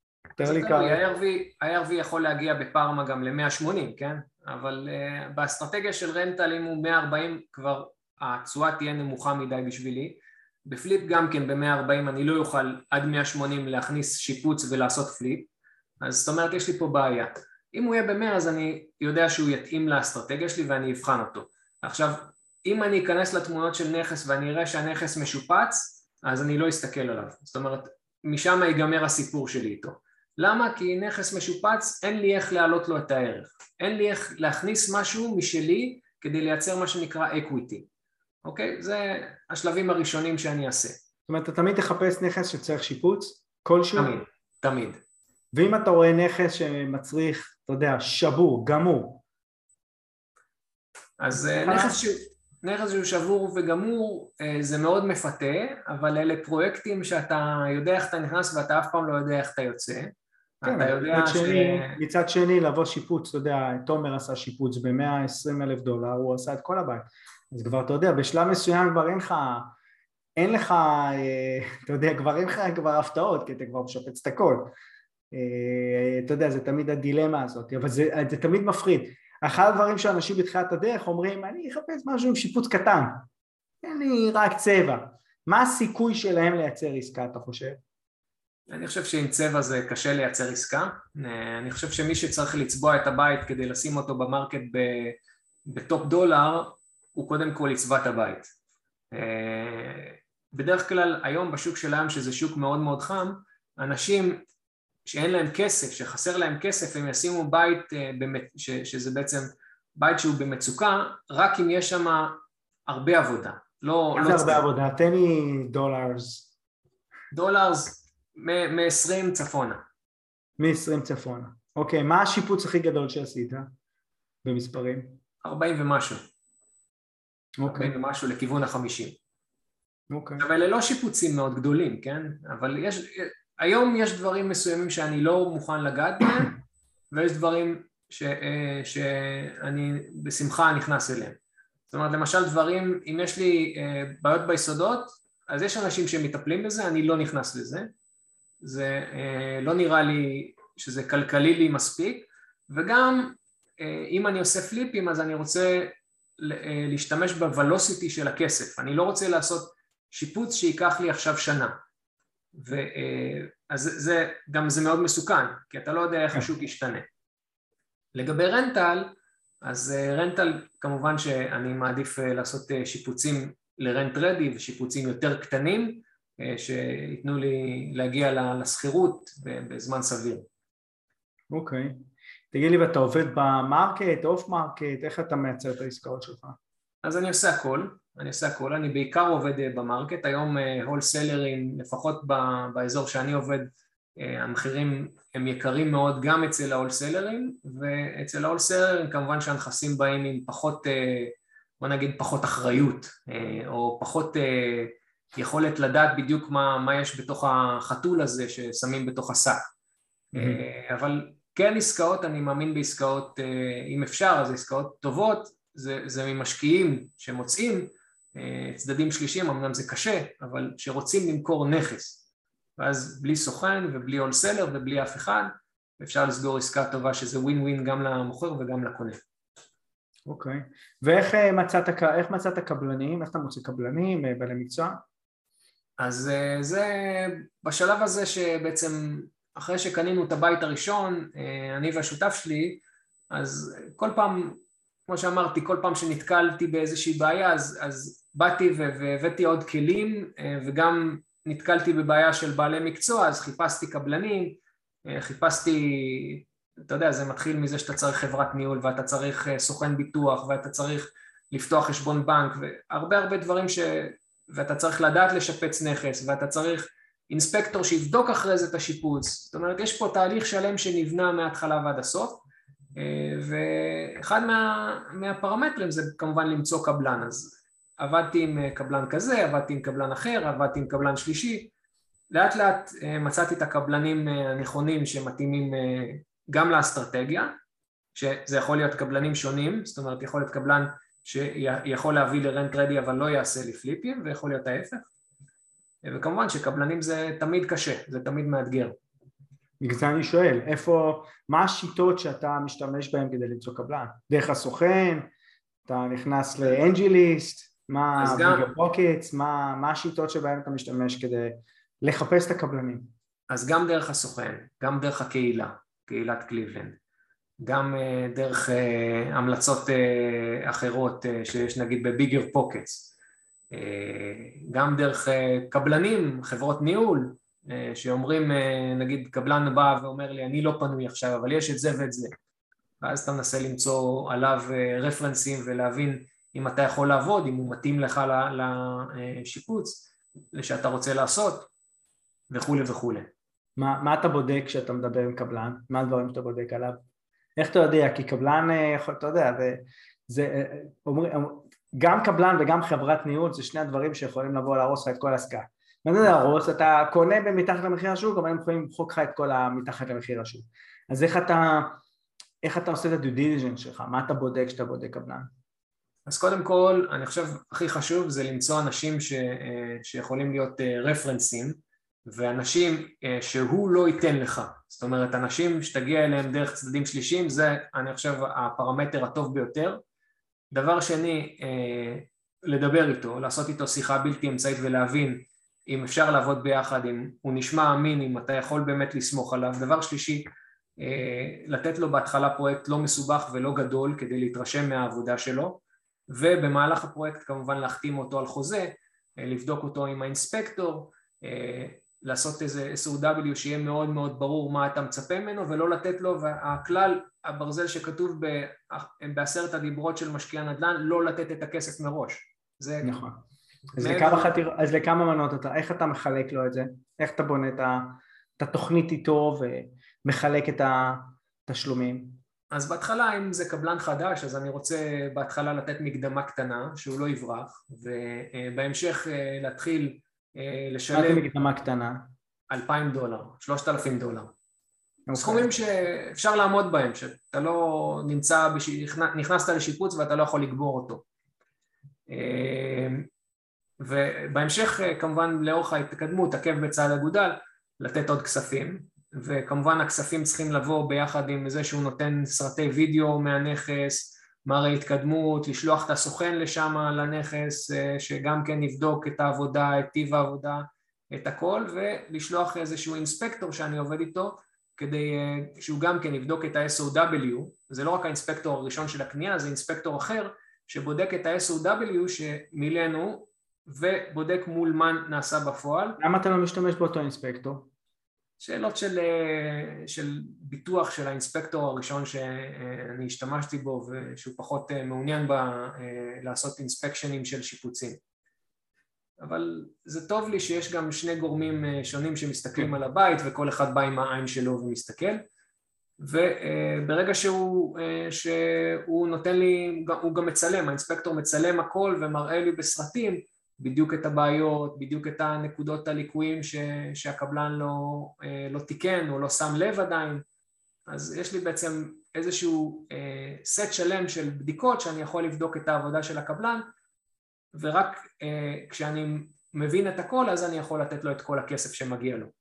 ה-ARV יכול להגיע בפארמה גם ל-180, כן? אבל באסטרטגיה של רנטל אם הוא 140 כבר התשואה תהיה נמוכה מדי בשבילי, בפליפ גם כן ב-140 אני לא יוכל עד 180 להכניס שיפוץ ולעשות פליפ, אז זאת אומרת יש לי פה בעיה. אם הוא יהיה ב-100 אז אני יודע שהוא יתאים לאסטרטגיה שלי ואני אבחן אותו. עכשיו, אם אני אכנס לתמונות של נכס ואני אראה שהנכס משופץ, אז אני לא אסתכל עליו. זאת אומרת, משם ייגמר הסיפור שלי איתו. למה? כי נכס משופץ אין לי איך להעלות לו את הערך. אין לי איך להכניס משהו משלי כדי לייצר מה שנקרא equity. אוקיי? זה השלבים הראשונים שאני אעשה. זאת אומרת, אתה תמיד תחפש נכס שצריך שיפוץ? כלשהו? תמיד, תמיד. ואם אתה רואה נכס שמצריך, אתה יודע, שבור, גמור. אז נכס שהוא שבור וגמור זה מאוד מפתה, אבל אלה פרויקטים שאתה יודע איך אתה נכנס ואתה אף פעם לא יודע איך אתה יוצא. כן, מצד שני לבוא שיפוץ, אתה יודע, תומר עשה שיפוץ ב$120,000, הוא עשה את כל הבית. אז כבר אתה יודע, בשלב מסוים כבר אין לך, אתה יודע, כבר אין לך כבר הפתעות, כי אתה כבר משפץ את הכל. אתה יודע, זה תמיד הדילמה הזאת, אבל זה תמיד מפחיד. אחד הדברים שאנשים בתחילת הדרך אומרים, אני אחפש משהו עם שיפוץ קטן, אין לי רק צבע. מה הסיכוי שלהם לייצר עסקה, אתה חושב? אני חושב שעם צבע זה קשה לייצר עסקה. אני חושב שמי שצריך לצבוע את הבית כדי לשים אותו במרקט בטופ דולר, הוא קודם כל יצבע את הבית. בדרך כלל היום בשוק שלהם, שזה שוק מאוד מאוד חם, אנשים שאין להם כסף, שחסר להם כסף, הם ישימו בית שזה בעצם בית שהוא במצוקה, רק אם יש שם הרבה עבודה. מה זה הרבה עבודה? תן לי דולרס. דולרס מ-20 צפונה. מ-20 צפונה. אוקיי, מה השיפוץ הכי גדול שעשית במספרים? 40 ומשהו. אוקיי. 40 ומשהו לכיוון ה-50. אוקיי. אבל אלה לא שיפוצים מאוד גדולים, כן? אבל היום יש דברים מסוימים שאני לא מוכן לגעת בהם, ויש דברים שאני בשמחה נכנס אליהם. זאת אומרת, למשל דברים, אם יש לי בעיות ביסודות, אז יש אנשים שמטפלים בזה, אני לא נכנס לזה. זה לא נראה לי שזה כלכלי לי מספיק, וגם אם אני עושה פליפים, אז אני רוצה להשתמש בוולוסיטי של הכסף. אני לא רוצה לעשות שיפוץ שייקח לי עכשיו שנה. אז זה מאוד מסוכן, כי אתה לא יודע איך השוק ישתנה. לגבי רנטל, אז רנטל כמובן שאני מעדיף לעשות שיפוצים לרנט רדי ושיפוצים יותר קטנים שיתנו לי להגיע לסחירות בזמן סביר. אוקיי. תגיד לי, ואתה עובד במרקט, אוף מרקט, איך אתה מייצר את העסקאות שלך? אז אני עושה הכל, אני בעיקר עובד במרקט, היום הולסלרים, לפחות באזור שאני עובד, המחירים הם יקרים מאוד גם אצל ההולסלרים, ואצל ההולסלרים כמובן שהנכסים באים עם פחות, בוא נגיד פחות אחריות, או פחות יכולת לדעת בדיוק מה יש בתוך החתול הזה ששמים בתוך השק. אבל כן עסקאות, אני מאמין בעסקאות, אם אפשר, אז עסקאות טובות, זה ממשקיעים שמוצאים, צדדים שלישים, אמנם זה קשה, אבל שרוצים למכור נכס. ואז בלי סוכן ובלי הולסלר ובלי אף אחד, אפשר לסגור עסקה טובה שזה ווין ווין גם למוכר וגם לקונה. אוקיי. ואיך מצאת קבלנים? איך אתה מוצא קבלנים, בעלי מקצוע? אז זה בשלב הזה שבעצם אחרי שקנינו את הבית הראשון, אני והשותף שלי, אז כל פעם, כמו שאמרתי, כל פעם שנתקלתי באיזושהי בעיה, אז באתי והבאתי עוד כלים וגם נתקלתי בבעיה של בעלי מקצוע, אז חיפשתי קבלנים, אתה יודע, זה מתחיל מזה שאתה צריך חברת ניהול, ואתה צריך סוכן ביטוח, ואתה צריך לפתוח חשבון בנק, והרבה דברים ואתה צריך לדעת לשפץ נכס, ואתה צריך אינספקטור שיבדוק אחרי זה את השיפוץ, זאת אומרת, יש פה תהליך שלם שנבנה מההתחלה ועד הסוף, ואחד מהפרמטרים זה כמובן למצוא קבלן, אז עבדתי עם קבלן כזה, עבדתי עם קבלן אחר, עבדתי עם קבלן שלישי, לאט לאט מצאתי את הקבלנים הנכונים שמתאימים גם לאסטרטגיה, שזה יכול להיות קבלנים שונים, זאת אומרת יכול להיות קבלן שיכול להביא לרנט רדי אבל לא יעשה לי פליפים, ויכול להיות ההפך, וכמובן שקבלנים זה תמיד קשה, זה תמיד מאתגר. בגלל זה אני שואל, מה השיטות שאתה משתמש בהן כדי למצוא קבלן? דרך הסוכן, אתה נכנס לאנג'ליסט, מה ביגר פוקטס, מה השיטות שבהן אתה משתמש כדי לחפש את הקבלנים? אז גם דרך הסוכן, גם דרך הקהילה, קהילת קליבלנד, גם דרך המלצות אחרות שיש נגיד בביגר פוקטס, גם דרך קבלנים, חברות ניהול, שאומרים, נגיד קבלן בא ואומר לי אני לא פנוי עכשיו אבל יש את זה ואת זה, ואז אתה מנסה למצוא עליו רפרנסים ולהבין אם אתה יכול לעבוד, אם הוא מתאים לך לשיפוץ שאתה רוצה לעשות וכו' וכו'. מה אתה בודק כשאתה מדבר עם קבלן? מה הדברים שאתה בודק עליו? איך אתה יודע? כי קבלן, אתה יודע, גם קבלן וגם חברת ניהול זה שני הדברים שיכולים לבוא להרוס לך את כל העסקה. מה זה להרוס? אתה קונה במתחת למחיר השוק, אבל הם יכולים למחוק לך את כל המתחת למחיר השוק. אז איך אתה עושה את ה-due diligence שלך? מה אתה בודק כשאתה בודק קבלן? אז קודם כל, אני חושב הכי חשוב זה למצוא אנשים שיכולים להיות רפרנסים, ואנשים שהוא לא ייתן לך. זאת אומרת, אנשים שתגיע אליהם דרך צדדים שלישים, זה אני חושב הפרמטר הטוב ביותר. דבר שני, לדבר איתו, לעשות איתו שיחה בלתי אמצעית ולהבין אם אפשר לעבוד ביחד, אם הוא נשמע אמין, אם אתה יכול באמת לסמוך עליו. דבר שלישי, לתת לו בהתחלה פרויקט לא מסובך ולא גדול כדי להתרשם מהעבודה שלו, ובמהלך הפרויקט כמובן להחתים אותו על חוזה, לבדוק אותו עם האינספקטור, לעשות איזה SOW שיהיה מאוד מאוד ברור מה אתה מצפה ממנו, ולא לתת לו, והכלל הברזל שכתוב בעשרת הדיברות של משקיע נדל"ן, לא לתת את הכסף מראש. זה נכון. אז לכמה מנות איך אתה מחלק לו את זה? איך אתה בונה את התוכנית איתו ומחלק את התשלומים? אז בהתחלה, אם זה קבלן חדש, אז אני רוצה בהתחלה לתת מקדמה קטנה, שהוא לא יברח, ובהמשך להתחיל לשלם... מה זה מקדמה קטנה? $2,000, $3,000. סכומים שאפשר לעמוד בהם, שאתה לא נכנסת לשיפוץ ואתה לא יכול לגבור אותו. ובהמשך כמובן לאורך ההתקדמות, עקב בצד אגודל, לתת עוד כספים, וכמובן הכספים צריכים לבוא ביחד עם זה שהוא נותן סרטי וידאו מהנכס, מראה התקדמות, לשלוח את הסוכן לשם לנכס, שגם כן יבדוק את העבודה, את טיב העבודה, את הכל, ולשלוח איזשהו אינספקטור שאני עובד איתו, כדי שהוא גם כן יבדוק את ה-SOW, זה לא רק האינספקטור הראשון של הקנייה, זה אינספקטור אחר, שבודק את ה-SOW שמילאנו, ובודק מול מה נעשה בפועל. למה אתה לא משתמש באותו אינספקטור? שאלות של ביטוח של האינספקטור הראשון שאני השתמשתי בו, ושהוא פחות מעוניין לעשות אינספקשנים של שיפוצים. אבל זה טוב לי שיש גם שני גורמים שונים שמסתכלים על הבית, וכל אחד בא עם העין שלו ומסתכל. וברגע שהוא נותן לי, הוא גם מצלם, האינספקטור מצלם הכל ומראה לי בסרטים בדיוק את הבעיות, בדיוק את הנקודות הליקויים שהקבלן לא תיקן או לא שם לב עדיין. אז יש לי בעצם איזשהו סט שלם של בדיקות שאני יכול לבדוק את העבודה של הקבלן, ורק כשאני מבין את הכל אז אני יכול לתת לו את כל הכסף שמגיע לו.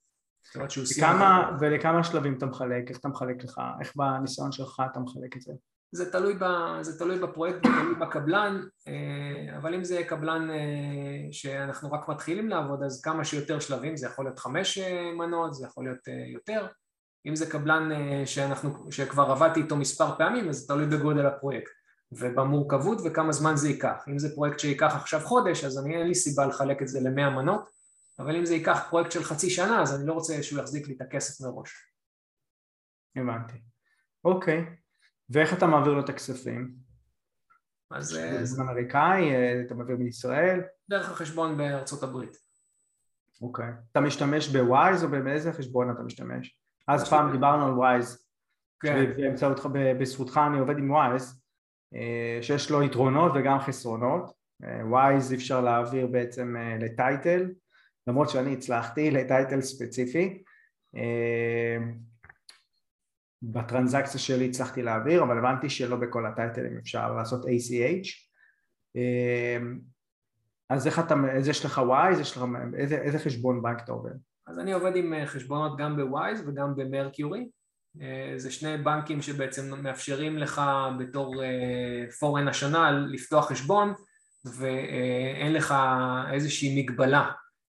ולכמה שלבים אתה מחלק? איך אתה מחלק לך? איך בניסיון שלך אתה מחלק את זה? זה תלוי בפרויקט ותלוי בקבלן, אבל אם זה קבלן שאנחנו רק מתחילים לעבוד, אז כמה שיותר שלבים, זה יכול להיות 5 מנות, זה יכול להיות יותר. אם זה קבלן שכבר עבדתי איתו מספר פעמים, אז זה תלוי בגודל הפרויקט ובמורכבות וכמה זמן זה ייקח. אם זה פרויקט שיקח עכשיו חודש, אז אין לי סיבה לחלק את זה ל100 מנות, אבל אם זה ייקח פרויקט של חצי שנה, אז אני לא רוצה שהוא יחזיק לי את הכסף מראש. הבנתי. אוקיי. ואיך אתה מעביר לו את הכספים? אז זה אמריקאי, אתה מעביר מישראל? דרך החשבון בארצות הברית. אוקיי. אתה משתמש בווייז או באיזה חשבון אתה משתמש? אז פעם דיברנו על ווייז. כן. בזכותך אני עובד עם ווייז, שיש לו יתרונות וגם חסרונות. ווייז אפשר להעביר בעצם לטייטל, למרות שאני הצלחתי לטייטל ספציפי. בטרנזקציה שלי הצלחתי להעביר, אבל הבנתי שלא בכל הטייטלים אפשר לעשות ACH. אז איך יש לך ווייז? איזה חשבון בנק אתה עובד? אז אני עובד עם חשבונות גם בווייז וגם במרקיורי. זה שני בנקים שבעצם מאפשרים לך בתור foreign national לפתוח חשבון, ואין לך איזושהי מגבלה.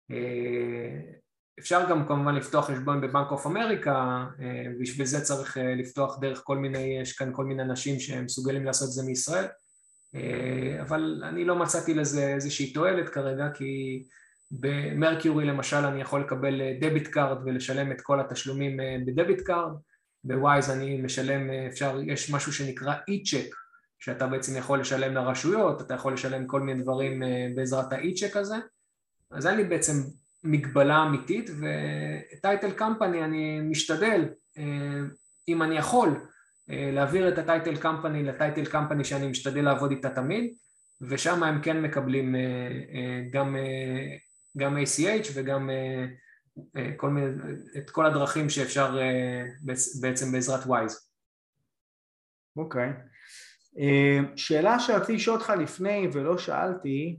אפשר גם כמובן לפתוח חשבון בבנק אוף אמריקה, בשביל זה צריך לפתוח דרך יש כאן כל מיני אנשים שהם מסוגלים לעשות את זה מישראל, אבל אני לא מצאתי לזה איזושהי תועלת כרגע, כי במרקיורי למשל אני יכול לקבל דביט קארד ולשלם את כל התשלומים בדביט קארד, בווייז אני משלם, יש משהו שנקרא אי-צ'ק, שאתה בעצם יכול לשלם לרשויות, אתה יכול לשלם כל מיני דברים בעזרת האי-צ'ק הזה, אז אין לי בעצם מגבלה אמיתית, וטייטל קמפני אני משתדל, אם אני יכול, להעביר את הטייטל קמפני לטייטל קמפני שאני משתדל לעבוד איתה תמיד, ושם הם כן מקבלים גם ACH וגם את כל הדרכים שאפשר בעצם בעזרת ווייז. אוקיי. שאלה שרציתי לשאול אותך לפני ולא שאלתי,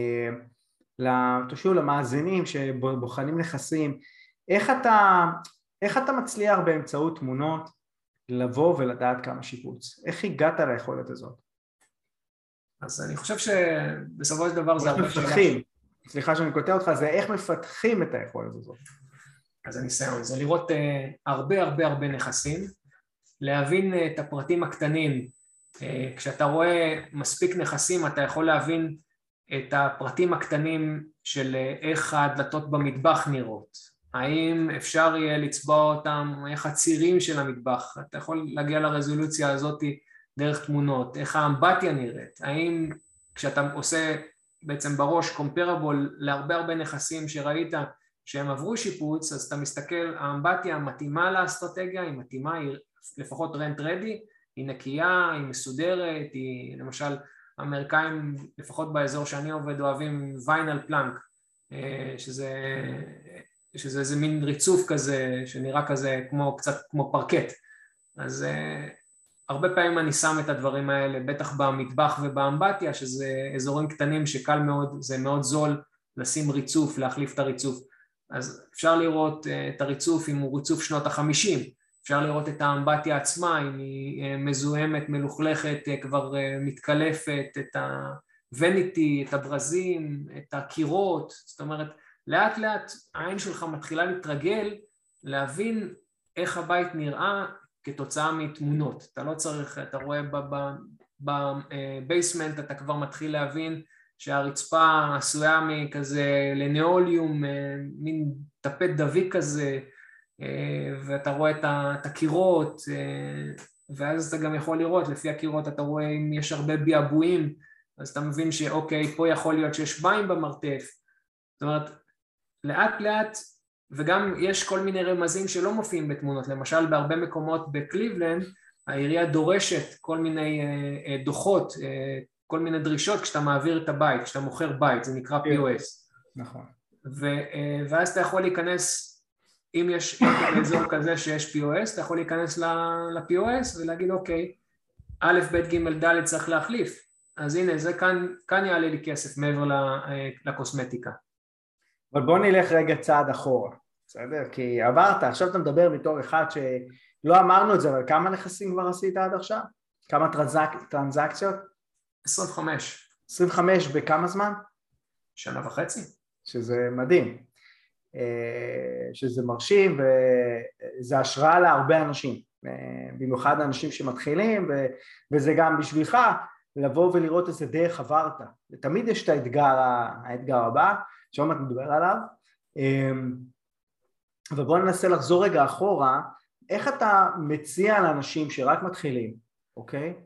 תשאול למאזינים שבוחנים נכסים, איך אתה מצליח באמצעות תמונות לבוא ולדעת כמה שיפוץ? איך הגעת ליכולת הזאת? אז אני חושב שבסופו של דבר זה הרבה שאלה. סליחה שאני קוטע אותך, זה איך מפתחים את היכולת הזאת? אז הניסיון זה לראות הרבה נכסים, להבין את הפרטים הקטנים. כשאתה רואה מספיק נכסים אתה יכול להבין את הפרטים הקטנים של איך הדלתות במטבח נראות, האם אפשר יהיה לצבוע אותם, איך הצירים של המטבח, אתה יכול להגיע לרזולוציה הזאת דרך תמונות, איך האמבטיה נראית, האם כשאתה עושה בעצם בראש קומפרבול להרבה נכסים שראית שהם עברו שיפוץ, אז אתה מסתכל, האמבטיה מתאימה לאסטרטגיה, היא מתאימה, היא לפחות רנט רדי, היא נקייה, היא מסודרת, היא למשל האמריקאים, לפחות באזור שאני עובד, אוהבים ויינל פלנק, שזה איזה מין ריצוף כזה, שנראה כזה קצת כמו פרקט. אז הרבה פעמים אני שם את הדברים האלה, בטח במטבח ובאמבטיה, שזה אזורים קטנים שקל מאוד, זה מאוד זול לשים ריצוף, להחליף את הריצוף. אז אפשר לראות את הריצוף אם הוא ריצוף שנות ה-50, אפשר לראות את האמבטיה עצמה, אם היא מזוהמת, מלוכלכת, כבר מתקלפת, את הווניטי, את הברזים, את הקירות, זאת אומרת, לאט לאט העין שלך מתחילה להתרגל, להבין איך הבית נראה כתוצאה מתמונות. אתה לא צריך, אתה רואה בבייסמנט, אתה כבר מתחיל להבין שהרצפה עשויה מכזה לניאוליום, מין טפט דביק כזה, ואתה רואה את הקירות, ואז אתה גם יכול לראות, לפי הקירות אתה רואה אם יש הרבה ביעבועים, אז אתה מבין שאוקיי, פה יכול להיות שיש מים במרתף. זאת אומרת, לאט לאט, וגם יש כל מיני רמזים שלא מופיעים בתמונות, למשל בהרבה מקומות בקליבלנד, העירייה דורשת כל מיני דוחות, כל מיני דרישות כשאתה מעביר את הבית, כשאתה מוכר בית, זה נקרא POS. נכון. ואז אתה יכול להיכנס, אם יש אזור כזה שיש POS, אתה יכול להיכנס ל-POS ולהגיד אוקיי, א', ב', ג', ד' צריך להחליף, אז הנה, זה כאן יעלה לי כסף מעבר לקוסמטיקה. אבל בוא נלך רגע צעד אחורה, בסדר? כי עברת, עכשיו אתה מדבר בתור אחד שלא אמרנו את זה, אבל כמה נכסים כבר עשית עד עכשיו? כמה טרנזקציות? 25. 25 בכמה זמן? 1.5 שנה. שזה מדהים, שזה מרשים וזה השראה להרבה אנשים, במיוחד אנשים שמתחילים, וזה גם בשבילך לבוא ולראות איזה דרך עברת. ותמיד יש את האתגר הבא, שעוד מעט נדבר עליו, ובואו ננסה לחזור רגע אחורה, איך אתה מציע לאנשים שרק מתחילים, אוקיי?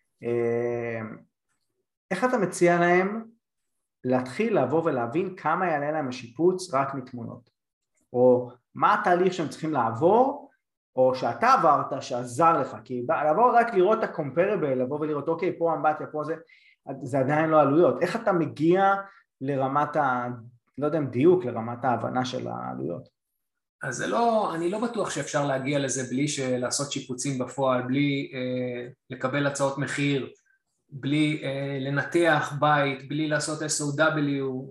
איך אתה מציע להם להתחיל לבוא ולהבין כמה יעלה להם השיפוץ רק מתמונות? או מה התהליך שהם צריכים לעבור, או שאתה עברת שעזר לך, כי לבוא רק לראות את הקומפרבל, לבוא ולראות אוקיי, פה אמבטיה, פה זה עדיין לא עלויות. איך אתה מגיע לרמת לא יודע אם דיוק, לרמת ההבנה של העלויות? אז זה לא, אני לא בטוח שאפשר להגיע לזה בלי לעשות שיפוצים בפועל, בלי לקבל הצעות מחיר, בלי לנתח בית, בלי לעשות SOW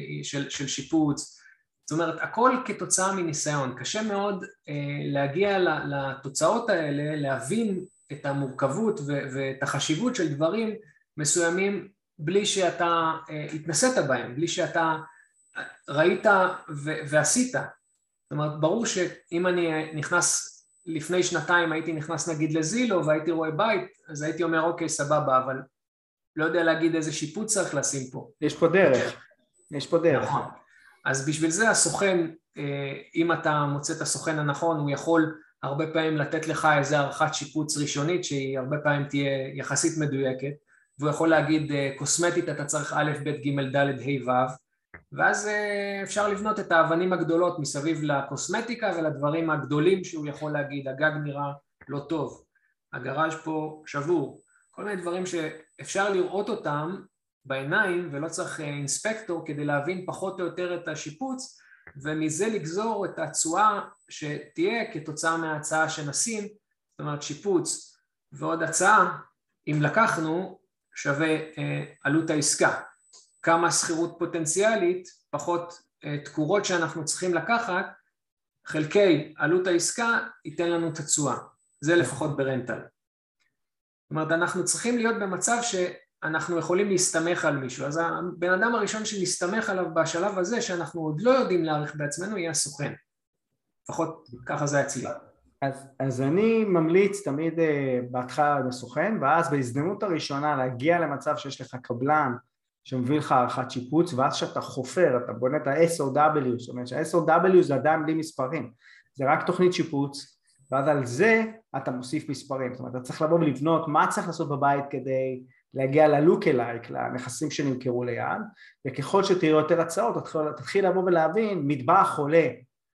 של שיפוץ. זאת אומרת, הכל כתוצאה מניסיון. קשה מאוד להגיע לתוצאות האלה, להבין את המורכבות ואת החשיבות של דברים מסוימים, בלי שאתה התנסית בהם, בלי שאתה ראית ועשית. זאת אומרת, ברור שאם אני נכנס, לפני 2 הייתי נכנס נגיד לזילו והייתי רואה בית, אז הייתי אומר אוקיי סבבה, אבל לא יודע להגיד איזה שיפוץ צריך לשים פה. יש פה דרך, יש פה דרך. נכון. אז בשביל זה הסוכן, אם אתה מוצא את הסוכן הנכון, הוא יכול הרבה פעמים לתת לך איזה הערכת שיפוץ ראשונית, שהיא הרבה פעמים תהיה יחסית מדויקת, והוא יכול להגיד קוסמטית אתה צריך א', ב', ג', ד', ה', ו', ואז אפשר לבנות את האבנים הגדולות מסביב לקוסמטיקה ולדברים הגדולים שהוא יכול להגיד, הגג נראה לא טוב, הגראז' פה שבור, כל מיני דברים שאפשר לראות אותם בעיניים ולא צריך אינספקטור כדי להבין פחות או יותר את השיפוץ, ומזה לגזור את התשואה שתהיה כתוצאה מההצעה שנשים, זאת אומרת שיפוץ ועוד הצעה, אם לקחנו שווה עלות העסקה. כמה שכירות פוטנציאלית, פחות תקורות שאנחנו צריכים לקחת, חלקי עלות העסקה ייתן לנו את התשואה. זה לפחות ברנטל. זאת אומרת, אנחנו צריכים להיות במצב שאנחנו יכולים להסתמך על מישהו. אז הבן אדם הראשון שנסתמך עליו בשלב הזה, שאנחנו עוד לא יודעים להעריך בעצמנו, יהיה הסוכן. לפחות ככה זה אצלי. אז אני ממליץ תמיד בהתחלה לסוכן, ואז בהזדמנות הראשונה להגיע למצב שיש לך קבלן, שמביא לך הערכת שיפוץ, ואז שאתה חופר, אתה בונה את ה-SOW, זאת אומרת שה-SOW זה עדיין בלי מספרים, זה רק תוכנית שיפוץ, ואז על זה אתה מוסיף מספרים, זאת אומרת, אתה צריך לבוא ולבנות מה צריך לעשות בבית כדי להגיע ללוק-אלייק, לנכסים שנמכרו ליד, וככל שתראה יותר הצעות, תתחיל לבוא ולהבין, מטבח עולה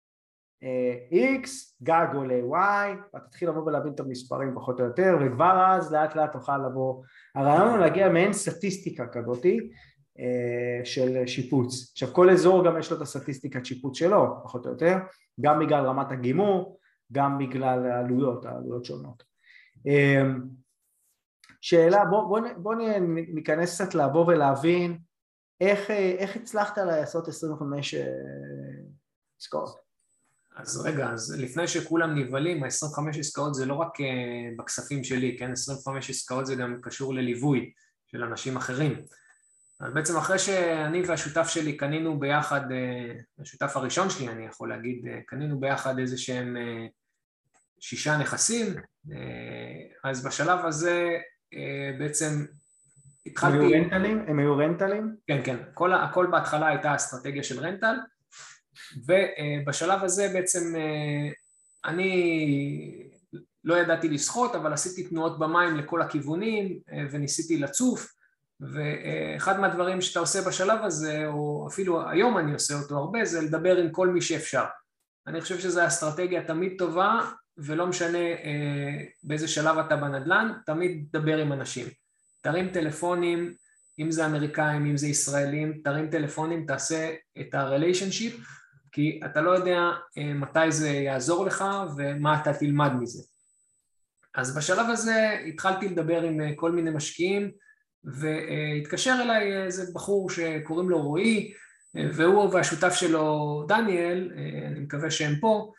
X, גג עולה Y, ותתחיל לבוא ולהבין את המספרים פחות או יותר, וכבר אז לאט לאט תוכל לבוא, הרעיון הוא להגיע מעין סטטיסטיקה כזאתי של שיפוץ. עכשיו כל אזור גם יש לו את הסטטיסטיקת שיפוץ שלו, פחות או יותר, גם בגלל רמת הגימור, גם בגלל העלויות שונות. שאלה, בוא ניכנס קצת לבוא ולהבין איך הצלחת לעשות 25 עסקאות? אז רגע, אז לפני שכולם נבהלים, ה-25 עסקאות זה לא רק בכספים שלי, כן? 25 עסקאות זה גם קשור לליווי של אנשים אחרים. אז בעצם אחרי שאני והשותף שלי קנינו ביחד, השותף הראשון שלי אני יכול להגיד, קנינו ביחד איזה שהם 6 נכסים, אז בשלב הזה בעצם התחלתי... הם היו רנטלים? כן, כן, הכל בהתחלה הייתה אסטרטגיה של רנטל, ובשלב הזה בעצם אני לא ידעתי לשחות, אבל עשיתי תנועות במים לכל הכיוונים וניסיתי לצוף, ואחד מהדברים שאתה עושה בשלב הזה, או אפילו היום אני עושה אותו הרבה, זה לדבר עם כל מי שאפשר. אני חושב שזו אסטרטגיה תמיד טובה, ולא משנה באיזה שלב אתה בנדל"ן, תמיד תדבר עם אנשים. תרים טלפונים, אם זה אמריקאים, אם זה ישראלים, תרים טלפונים, תעשה את ה-relationship, כי אתה לא יודע מתי זה יעזור לך ומה אתה תלמד מזה. אז בשלב הזה התחלתי לדבר עם כל מיני משקיעים, והתקשר אליי איזה בחור שקוראים לו רועי, והוא והשותף שלו דניאל, אני מקווה שהם פה,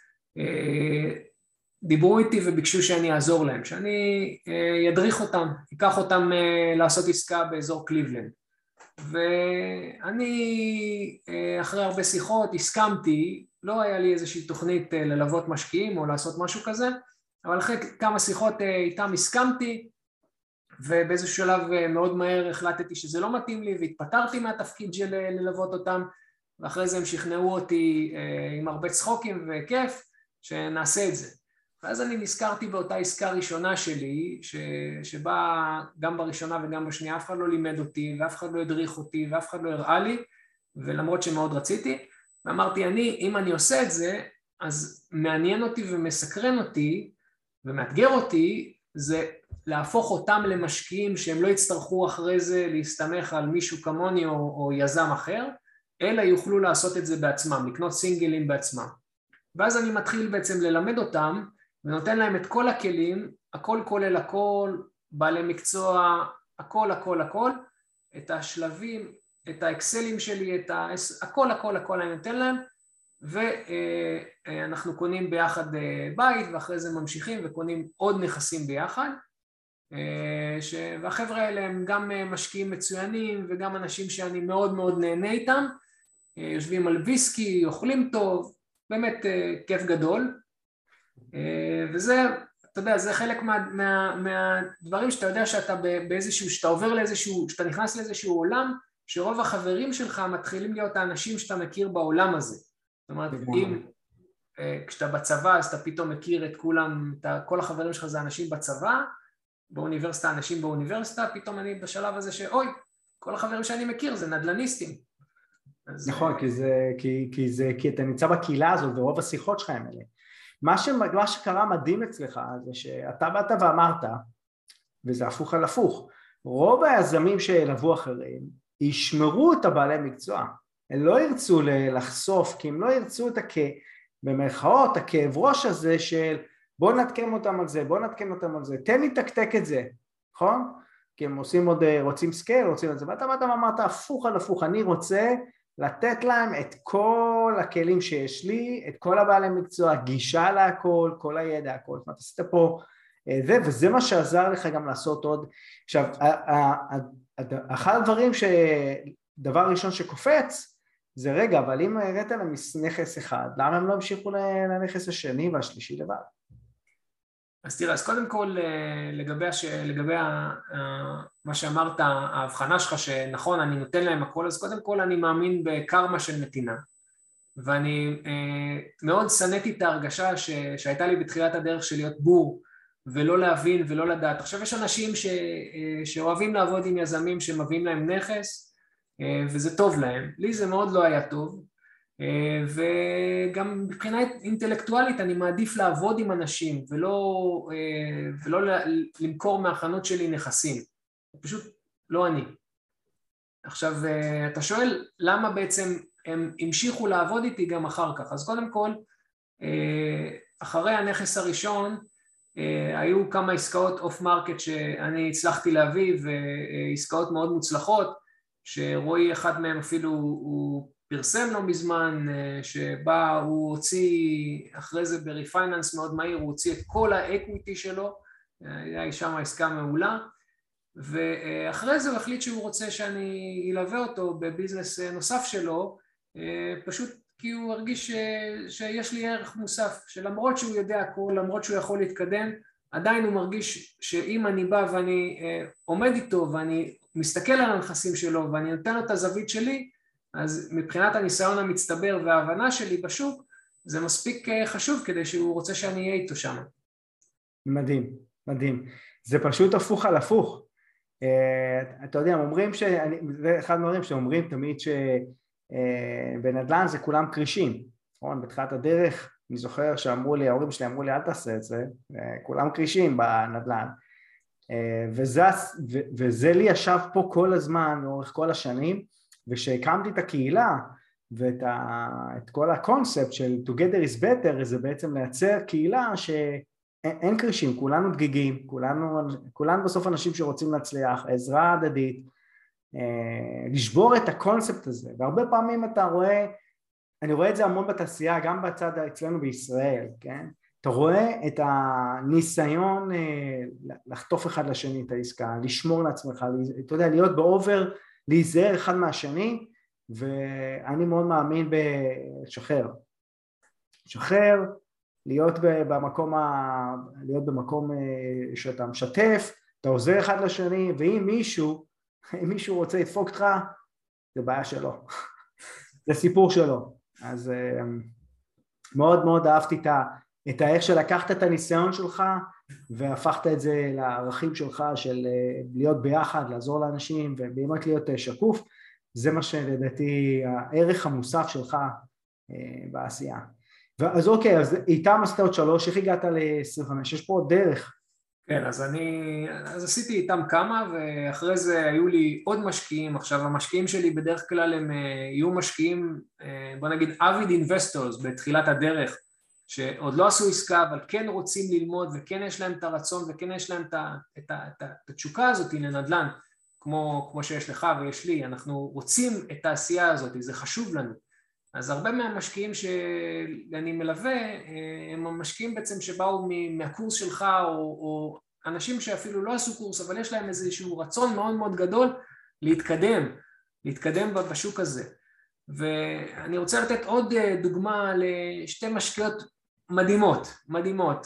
דיברו איתי וביקשו שאני אעזור להם, שאני ידריך אותם, אקח אותם לעשות עסקה באזור קליבלנד. ואני אחרי הרבה שיחות הסכמתי, לא היה לי איזושהי תוכנית ללוות משקיעים או לעשות משהו כזה, אבל אחרי כמה שיחות איתם הסכמתי, ובאיזשהו שלב מאוד מהר החלטתי שזה לא מתאים לי, והתפטרתי מהתפקיד של ללוות אותם, ואחרי זה הם שכנעו אותי עם הרבה צחוקים וכיף, שנעשה את זה. ואז אני נזכרתי באותה עסקה ראשונה שלי, שבה גם בראשונה וגם בשנייה אף אחד לא לימד אותי, ואף אחד לא הדריך אותי, ואף אחד לא הראה לי, ולמרות שמאוד רציתי, ואמרתי, אם אני עושה את זה, אז מעניין אותי ומסקרן אותי, ומאתגר אותי, זה להפוך אותם למשקיעים שהם לא יצטרכו אחרי זה להסתמך על מישהו כמוני או יזם אחר, אלא יוכלו לעשות את זה בעצמם, לקנות סינגלים בעצמם. ואז אני מתחיל בעצם ללמד אותם, ונותן להם את כל הכלים, הכל כולל הכל, בעלי מקצוע, הכל, את השלבים, את האקסלים שלי, הכל אני נותן להם, ואנחנו קונים ביחד בית, ואחרי זה ממשיכים וקונים עוד נכסים ביחד, והחבר'ה האלה הם גם משקיעים מצוינים, וגם אנשים שאני מאוד מאוד נהנה איתם, יושבים על ויסקי, אוכלים טוב, באמת כיף גדול, וזה, אתה יודע, זה חלק מהדברים שאתה יודע שאתה באיזשהו, שאתה עובר לאיזשהו, שאתה נכנס לאיזשהו עולם, שרוב החברים שלך מתחילים להיות האנשים שאתה מכיר בעולם הזה. זאת אומרת, אם כשאתה בצבא, אז אתה פתאום מכיר את כולם, כל החברים שלך זה אנשים בצבא, באוניברסיטה, אנשים באוניברסיטה, פתאום אני בשלב הזה שאוי, כל החברים שאני מכיר זה נדל"ניסטים. נכון, כי אתה נמצא בקהילה הזו, ורוב השיחות שלך הם אלה. מה שקרה מדהים אצלך זה שאתה באת ואמרת, וזה הפוך על הפוך, רוב היזמים שילוו אחרים ישמרו את הבעלי מקצוע, הם לא ירצו לחשוף, כי הם לא ירצו את במרכאות, הכאב ראש הזה של בוא נתקם אותם על זה, תן לי תקתק את זה, נכון? כי הם רוצים סקייל, רוצים את זה, ואתה אמרת הפוך על הפוך, אני רוצה לתת להם את כל הכלים שיש לי, את כל הבעלי מקצוע, גישה להכל, כל הידע, הכל. זאת אומרת, עשית פה זה, וזה מה שעזר לך גם לעשות עוד. עכשיו, אחד הדברים דבר ראשון שקופץ, זה רגע, אבל אם הראית להם נכס אחד, למה הם לא המשיכו לנכס השני והשלישי לבד? אז תראה, אז קודם כל לגבי מה שאמרת, ההבחנה שלך שנכון, אני נותן להם הכל, אז קודם כל אני מאמין בקרמה של נתינה, ואני מאוד שנאתי את ההרגשה שהייתה לי בתחילת הדרך של להיות בור, ולא להבין ולא לדעת. עכשיו יש אנשים שאוהבים לעבוד עם יזמים שמביאים להם נכס, וזה טוב להם, לי זה מאוד לא היה טוב, וגם מבחינה אינטלקטואלית אני מעדיף לעבוד עם אנשים ולא למכור מהחנות שלי נכסים, פשוט לא אני. עכשיו אתה שואל למה בעצם הם המשיכו לעבוד איתי גם אחר כך, אז קודם כל אחרי הנכס הראשון היו כמה עסקאות אוף מרקט שאני הצלחתי להביא, ועסקאות מאוד מוצלחות, שרואי אחד מהם אפילו הוא פרסם לא מזמן, שבה הוא הוציא, אחרי זה בריפייננס מאוד מהיר, הוא הוציא את כל האקוויטי שלו, היה שם עסקה מעולה, ואחרי זה הוא החליט שהוא רוצה שאני אלווה אותו בביזנס נוסף שלו, פשוט כי הוא הרגיש שיש לי ערך מוסף, שלמרות שהוא יודע הכל, למרות שהוא יכול להתקדם, עדיין הוא מרגיש שאם אני בא ואני עומד איתו ואני מסתכל על הנכסים שלו ואני נותן לו את הזווית שלי, אז מבחינת הניסיון המצטבר וההבנה שלי בשוק, זה מספיק חשוב כדי שהוא רוצה שאני אהיה איתו שם. מדהים, מדהים. זה פשוט הפוך על הפוך. אתה יודע, הם אומרים זה אחד הדברים שאומרים תמיד שבנדל"ן זה כולם קרישים, נכון? בתחילת הדרך, אני זוכר שאמרו לי, ההורים שלי אמרו לי אל תעשה את זה, כולם קרישים בנדל"ן, וזה לי ישב פה כל הזמן, לאורך כל השנים, ושהקמתי את הקהילה, ואת כל הקונספט של Together is better, זה בעצם לייצר קהילה שאין קרישים, כולנו דגיגים, כולנו בסוף אנשים שרוצים להצליח, עזרה הדדית, לשבור את הקונספט הזה, והרבה פעמים אתה רואה, אני רואה את זה המון בתעשייה, גם בצד אצלנו בישראל, כן? אתה רואה את הניסיון לחטוף אחד לשני את העסקה, לשמור לעצמך, אתה יודע, להיות באובר, להיזהר אחד מהשני, ואני מאוד מאמין שחרר, להיות במקום שאתה משתף, אתה עוזר אחד לשני, ואם מישהו רוצה לדפוק אותך, זה בעיה שלו, זה סיפור שלו. אז מאוד מאוד אהבתי את האיך שלקחת את הניסיון שלך, והפכת את זה לערכים שלך של להיות ביחד, לעזור לאנשים, ובאמת להיות שקוף, זה מה שלדעתי הערך המוסף שלך בעשייה. אז אוקיי, אז איתם עשית עוד 3, איך הגעת ל-25? יש פה עוד דרך. כן, אז עשיתי איתם כמה, ואחרי זה היו לי עוד משקיעים. עכשיו המשקיעים שלי בדרך כלל הם יהיו משקיעים, בוא נגיד avid investors בתחילת הדרך, שעוד לא עשו עסקה, אבל כן רוצים ללמוד, וכן יש להם את הרצון, וכן יש להם את התשוקה הזאת לנדל"ן, כמו שיש לך ויש לי. אנחנו רוצים את העשייה הזאת, זה חשוב לנו. אז הרבה מהמשקיעים שאני מלווה, הם המשקיעים בעצם שבאו מהקורס שלך, או אנשים שאפילו לא עשו קורס, אבל יש להם איזשהו רצון מאוד מאוד גדול להתקדם בשוק הזה. ואני רוצה לתת עוד דוגמה לשתי משקיעות מדהימות,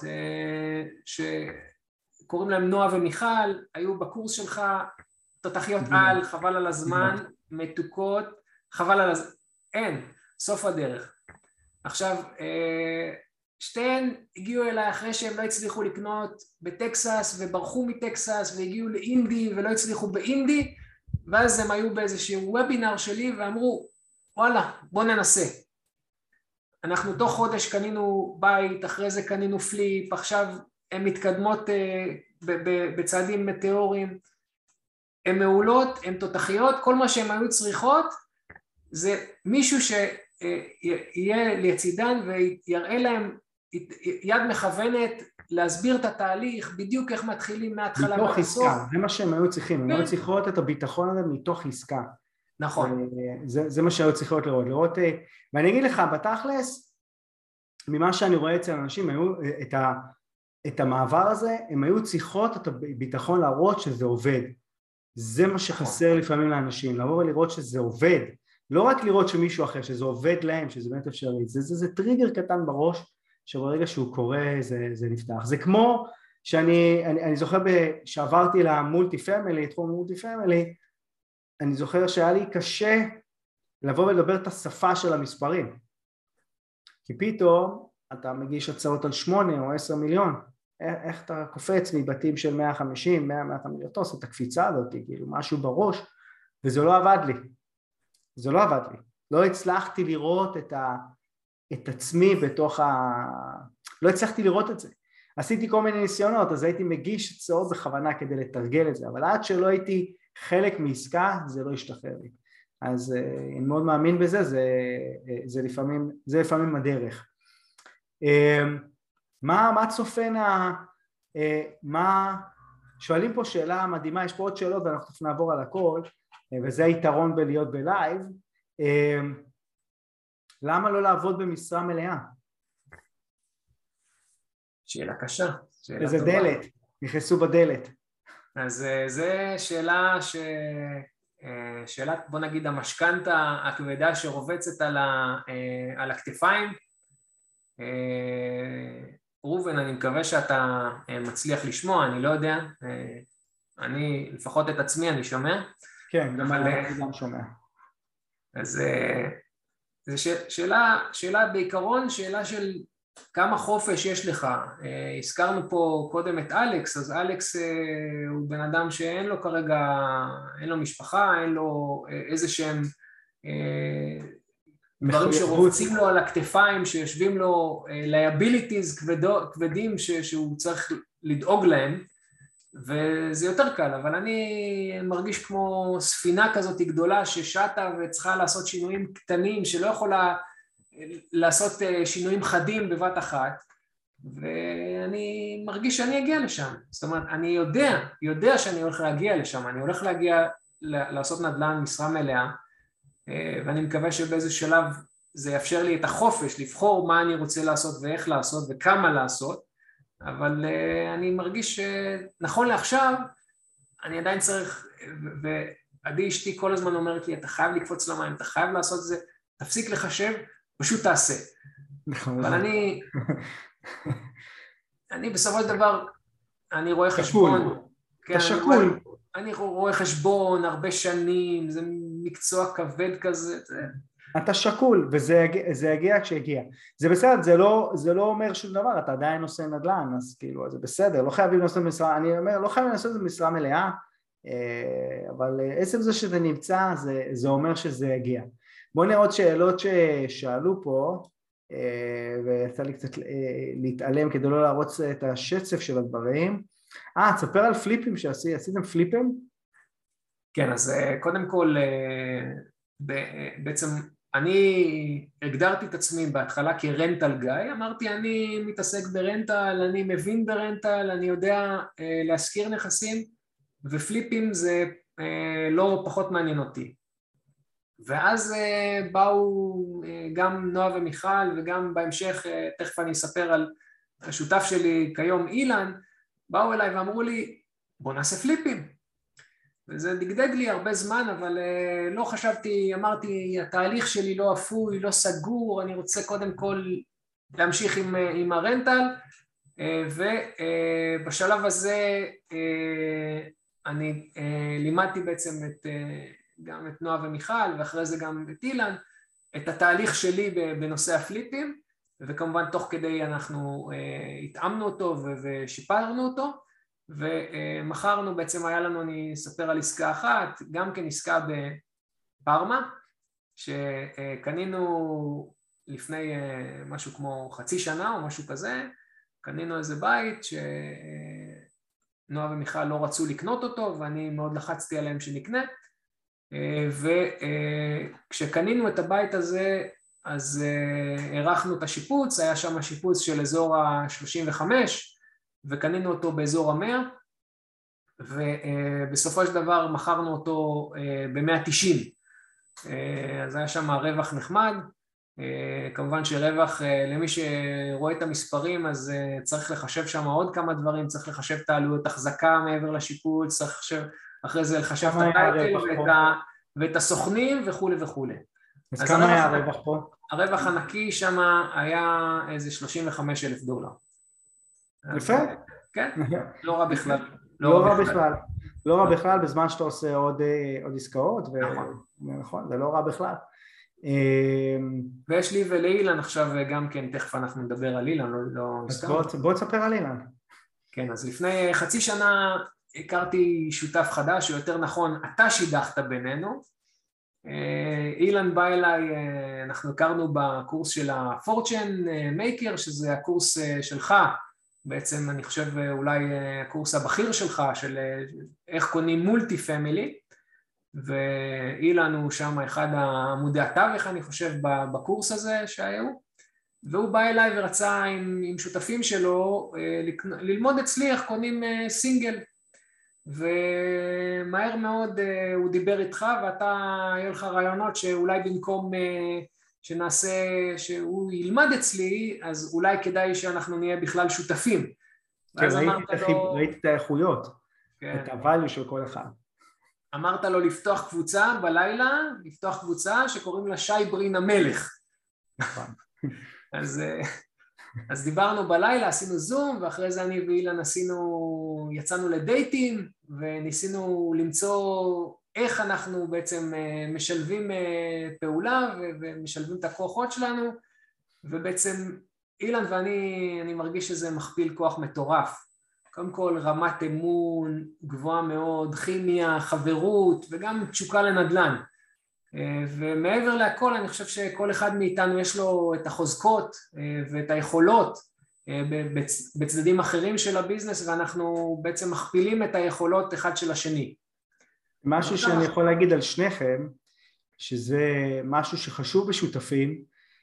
שקוראים להם נועה ומיכל, היו בקורס שלך, תותחיות על, חבל על הזמן, מתוקות, חבל על הזמן, אין, סוף הדרך. עכשיו, שתיהן הגיעו אליי אחרי שהם לא הצליחו לקנות בטקסס, וברחו מטקסס, והגיעו לאינדי ולא הצליחו באינדי, ואז הם היו באיזשהו וובינר שלי ואמרו, וואלה, בוא ננסה. אנחנו תוך חודש קנינו בית, אחרי זה קנינו פליפ, עכשיו הן מתקדמות בצעדים מטאוריים, הן מעולות, הן תותחיות, כל מה שהן היו צריכות זה מישהו שיהיה לצידן ויראה להם יד מכוונת להסביר את התהליך, בדיוק איך מתחילים מההתחלה מתוך עסקה, זה מה שהם היו צריכים, הם היו צריכות את הביטחון הזה מתוך עסקה. נכון. זה מה שהיו צריכות לראות, ואני אגיד לך, בתכלס, ממה שאני רואה אצל אנשים, היו את המעבר הזה, הם היו צריכות את הביטחון להראות שזה עובד. זה מה שחסר לפעמים לאנשים, לבוא ולראות שזה עובד, לא רק לראות שמישהו אחר, שזה עובד להם, שזה באמת אפשרי, זה טריגר קטן בראש, שברגע שהוא קורה זה נפתח. זה כמו שאני זוכר שעברתי למולטי פמילי, תחום מולטי פמילי, אני זוכר שהיה לי קשה לבוא ולדבר את השפה של המספרים, כי פתאום אתה מגיש הצעות על 8 או 10 מיליון, איך אתה קופץ מבתים של 150, 100, 150, אתה עושה את הקפיצה הזאת, כאילו משהו בראש, וזה לא עבד לי, לא הצלחתי לראות את עצמי בתוך לא הצלחתי לראות את זה, עשיתי כל מיני ניסיונות, אז הייתי מגיש הצעות בכוונה כדי לתרגל את זה, אבל עד שלא הייתי חלק מעסקה, זה לא ישתחרר לי, אז אני מאוד מאמין בזה, זה לפעמים הדרך. מה צופן שואלים פה שאלה מדהימה, יש פה עוד שאלות ואנחנו תכף נעבור על הכל, וזה היתרון בלהיות בלייב. למה לא לעבוד במשרה מלאה? שאלה קשה, שאלה איזה טובה. דלת, נכנסו בדלת. אז זה שאלה שאלת, בוא נגיד, המשכנתה הכבדה שרובצת על הכתפיים. רובן, אני מקווה שאתה מצליח לשמוע, אני לא יודע, אני, לפחות את עצמי אני שומע. כן, אני גם שומע. אז זו שאלה בעיקרון, שאלה של כמה חופש יש לך. הזכרנו פה קודם את אלכס, אז אלכס הוא בן אדם שאין לו כרגע, אין לו משפחה, אין לו איזה שהם דברים שרובצים לו על הכתפיים, שיושבים לו liabilities כבדים שהוא צריך לדאוג להם, וזה יותר קל, אבל אני מרגיש כמו ספינה כזאת גדולה ששטה וצריכה לעשות שינויים קטנים, שלא יכולה לעשות שינויים חדים בבת אחת, ואני מרגיש שאני אגיע לשם. זאת אומרת, אני יודע שאני הולך להגיע לשם, אני הולך להגיע לעשות נדל"ן משרה מלאה, ואני מקווה שבאיזה שלב זה יאפשר לי את החופש לבחור מה אני רוצה לעשות ואיך לעשות וכמה לעשות, אבל אני מרגיש שנכון לעכשיו אני עדיין צריך, ועדי אשתי כל הזמן אומרת לי, אתה חייב לקפוץ למים, אתה חייב לעשות את זה, תפסיק לחשב, פשוט תעשה. אבל אני בסופו של דבר, אני רואה חשבון. אתה שקול. אני רואה חשבון הרבה שנים, זה מקצוע כבד כזה. אתה שקול, וזה יגיע כשיגיע. זה בסדר, זה לא אומר שום דבר, אתה עדיין עושה נדל"ן, אז כאילו, זה בסדר, לא חייבים לעשות משרה, אני אומר, לא חייבים לעשות משרה מלאה, אבל עצם זה שזה נמצא, זה אומר שזה יגיע. בואו נראה עוד שאלות ששאלו פה, ויצא לי קצת להתעלם כדי לא להרוץ את השצף של הדברים. תספר על פליפים שעשיתם פליפים? כן, אז קודם כל, בעצם אני הגדרתי את עצמי בהתחלה כרנטל גיא, אמרתי אני מתעסק ברנטל, אני מבין ברנטל, אני יודע להשכיר נכסים, ופליפים זה לא פחות מעניין אותי. ואז באו גם נועה ומיכל, וגם בהמשך, תכף אני אספר על השותף שלי כיום אילן, באו אליי ואמרו לי, בוא נעשה פליפים. וזה דגדג לי הרבה זמן, אבל לא חשבתי, אמרתי, התהליך שלי לא אפוי, לא סגור, אני רוצה קודם כל להמשיך עם הרנטל, ובשלב הזה אני לימדתי בעצם גם את נועה ומיכל, ואחרי זה גם את אילן, את התהליך שלי בנושא הפליפים, וכמובן תוך כדי אנחנו התאמנו אותו ושיפרנו אותו, ומחרנו, בעצם היה לנו, אני אספר על עסקה אחת, גם כן עסקה בפארמה, שקנינו לפני משהו כמו חצי שנה או משהו כזה, קנינו איזה בית שנועה ומיכל לא רצו לקנות אותו, ואני מאוד לחצתי עליהם שנקנה, וכשקנינו את הבית הזה, אז ערכנו את השיפוץ, היה שם שיפוץ של אזור ה-35, וקנינו אותו באזור ה-100, ובסופו של דבר מכרנו אותו ב-190, אז היה שם רווח נחמד, כמובן שרווח, למי שרואה את המספרים, אז צריך לחשב שם עוד כמה דברים, צריך לחשב את העלויות החזקה מעבר לשיפוץ, צריך לחשב, אחרי זה לחשב את הטייטל ואת הסוכנים וכו' וכו'. אז כמה היה הרווח פה? הרווח הנקי שם היה איזה $35,000. יפה. כן, לא רע בכלל. לא רע בכלל בזמן שאתה עושה עוד עסקאות, ונכון, זה לא רע בכלל. ויש לי ולאילן עכשיו גם כן, תכף אנחנו נדבר על אילן, לא אז בוא תספר על אילן. כן, אז לפני חצי שנה הכרתי שותף חדש, או יותר נכון, אתה שידכת בינינו. אילן בא אליי, אנחנו הכרנו בקורס של ה-Fortune Maker, שזה הקורס שלך, בעצם אני חושב אולי הקורס הבכיר שלך, של איך קונים מולטי פמילי, ואילן הוא שם אחד עמודי התווך, אני חושב, בקורס הזה שהיו, והוא בא אליי ורצה עם שותפים שלו ללמוד אצלי איך קונים סינגל, ומהר מאוד הוא דיבר איתך ואתה, יהיה לך רעיונות שאולי במקום שנעשה, שהוא ילמד אצלי, אז אולי כדאי שאנחנו נהיה בכלל שותפים. כן, ראיתי את האיכויות, את הvalue של כל אחד. אמרת לו לפתוח קבוצה בלילה, לפתוח קבוצה שקוראים לה שי ברין המלך. נכון. אז דיברנו בלילה, עשינו זום, ואחרי זה אני ואילן יצאנו לדייטים, וניסינו למצוא איך אנחנו בעצם משלבים פעולה, ומשלבים את הכוחות שלנו, ובעצם אילן ואני מרגיש שזה מכפיל כוח מטורף. קודם כל רמת אמון גבוהה מאוד, כימיה, חברות, וגם תשוקה לנדל"ן. ומעבר להכל אני חושב שכל אחד מאיתנו יש לו את החוזקות ואת היכולות בצדדים אחרים של הביזנס, ואנחנו בעצם מכפילים את היכולות אחד של השני. משהו שאני יכול להגיד על שניכם, שזה משהו שחשוב בשותפים,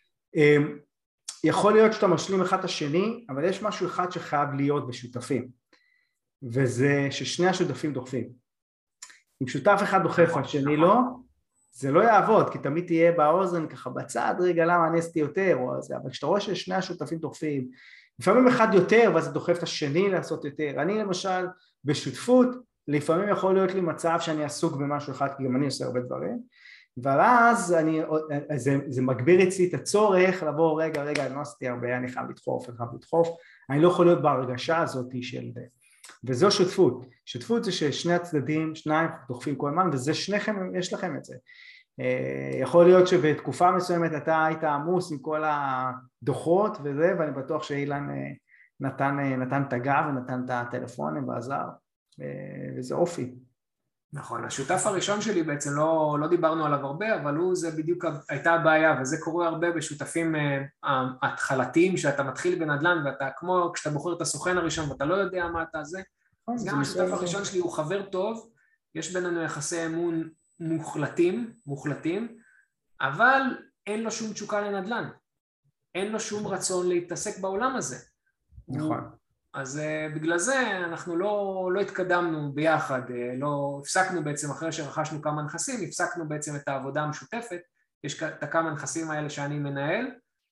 יכול להיות שאתה משלים אחד את השני, אבל יש משהו אחד שחייב להיות בשותפים, וזה ששני השותפים דוחפים. אם שותף אחד דוחף השני לא, זה לא יעבוד, כי תמיד תהיה באוזן ככה בצד, רגע למה אני עשיתי יותר, אבל כשאתה רואה ששני השותפים דוחפים, לפעמים אחד יותר ואז זה דוחף את השני לעשות יותר. אני למשל בשותפות, לפעמים יכול להיות לי מצב שאני עסוק במשהו אחד, כי גם אני עושה הרבה דברים, אבל אז זה מגביר אצלי את הצורך לבוא רגע, אני לא עשיתי הרבה, אני חייב לדחוף, אני לא יכול להיות בהרגשה הזאת של זה. וזו שותפות. שותפות זה ששני הצדדים, שניים דוחפים כל הזמן, וזה שניכם, יש לכם את זה. יכול להיות שבתקופה מסוימת אתה היית עמוס עם כל הדוחות וזה, ואני בטוח שאילן נתן את הגב ונתן את הטלפונים ועזר, וזה אופי. נכון, השותף הראשון שלי בעצם לא דיברנו עליו הרבה, אבל זה בדיוק הייתה הבעיה, וזה קורה הרבה בשותפים התחלתיים, שאתה מתחיל בנדל"ן, ואתה כמו כשאתה בוחר את הסוכן הראשון, ואתה לא יודע מה אתה זה, אז גם השותף הראשון שלי הוא חבר טוב, יש בינינו יחסי אמון מוחלטים, אבל אין לו שום תשוקה לנדל"ן, אין לו שום רצון להתעסק בעולם הזה. נכון. אז בגלל זה אנחנו לא התקדמנו ביחד, לא הפסקנו בעצם אחרי שרכשנו כמה נכסים, הפסקנו בעצם את העבודה המשותפת, יש את הכמה נכסים האלה שאני מנהל,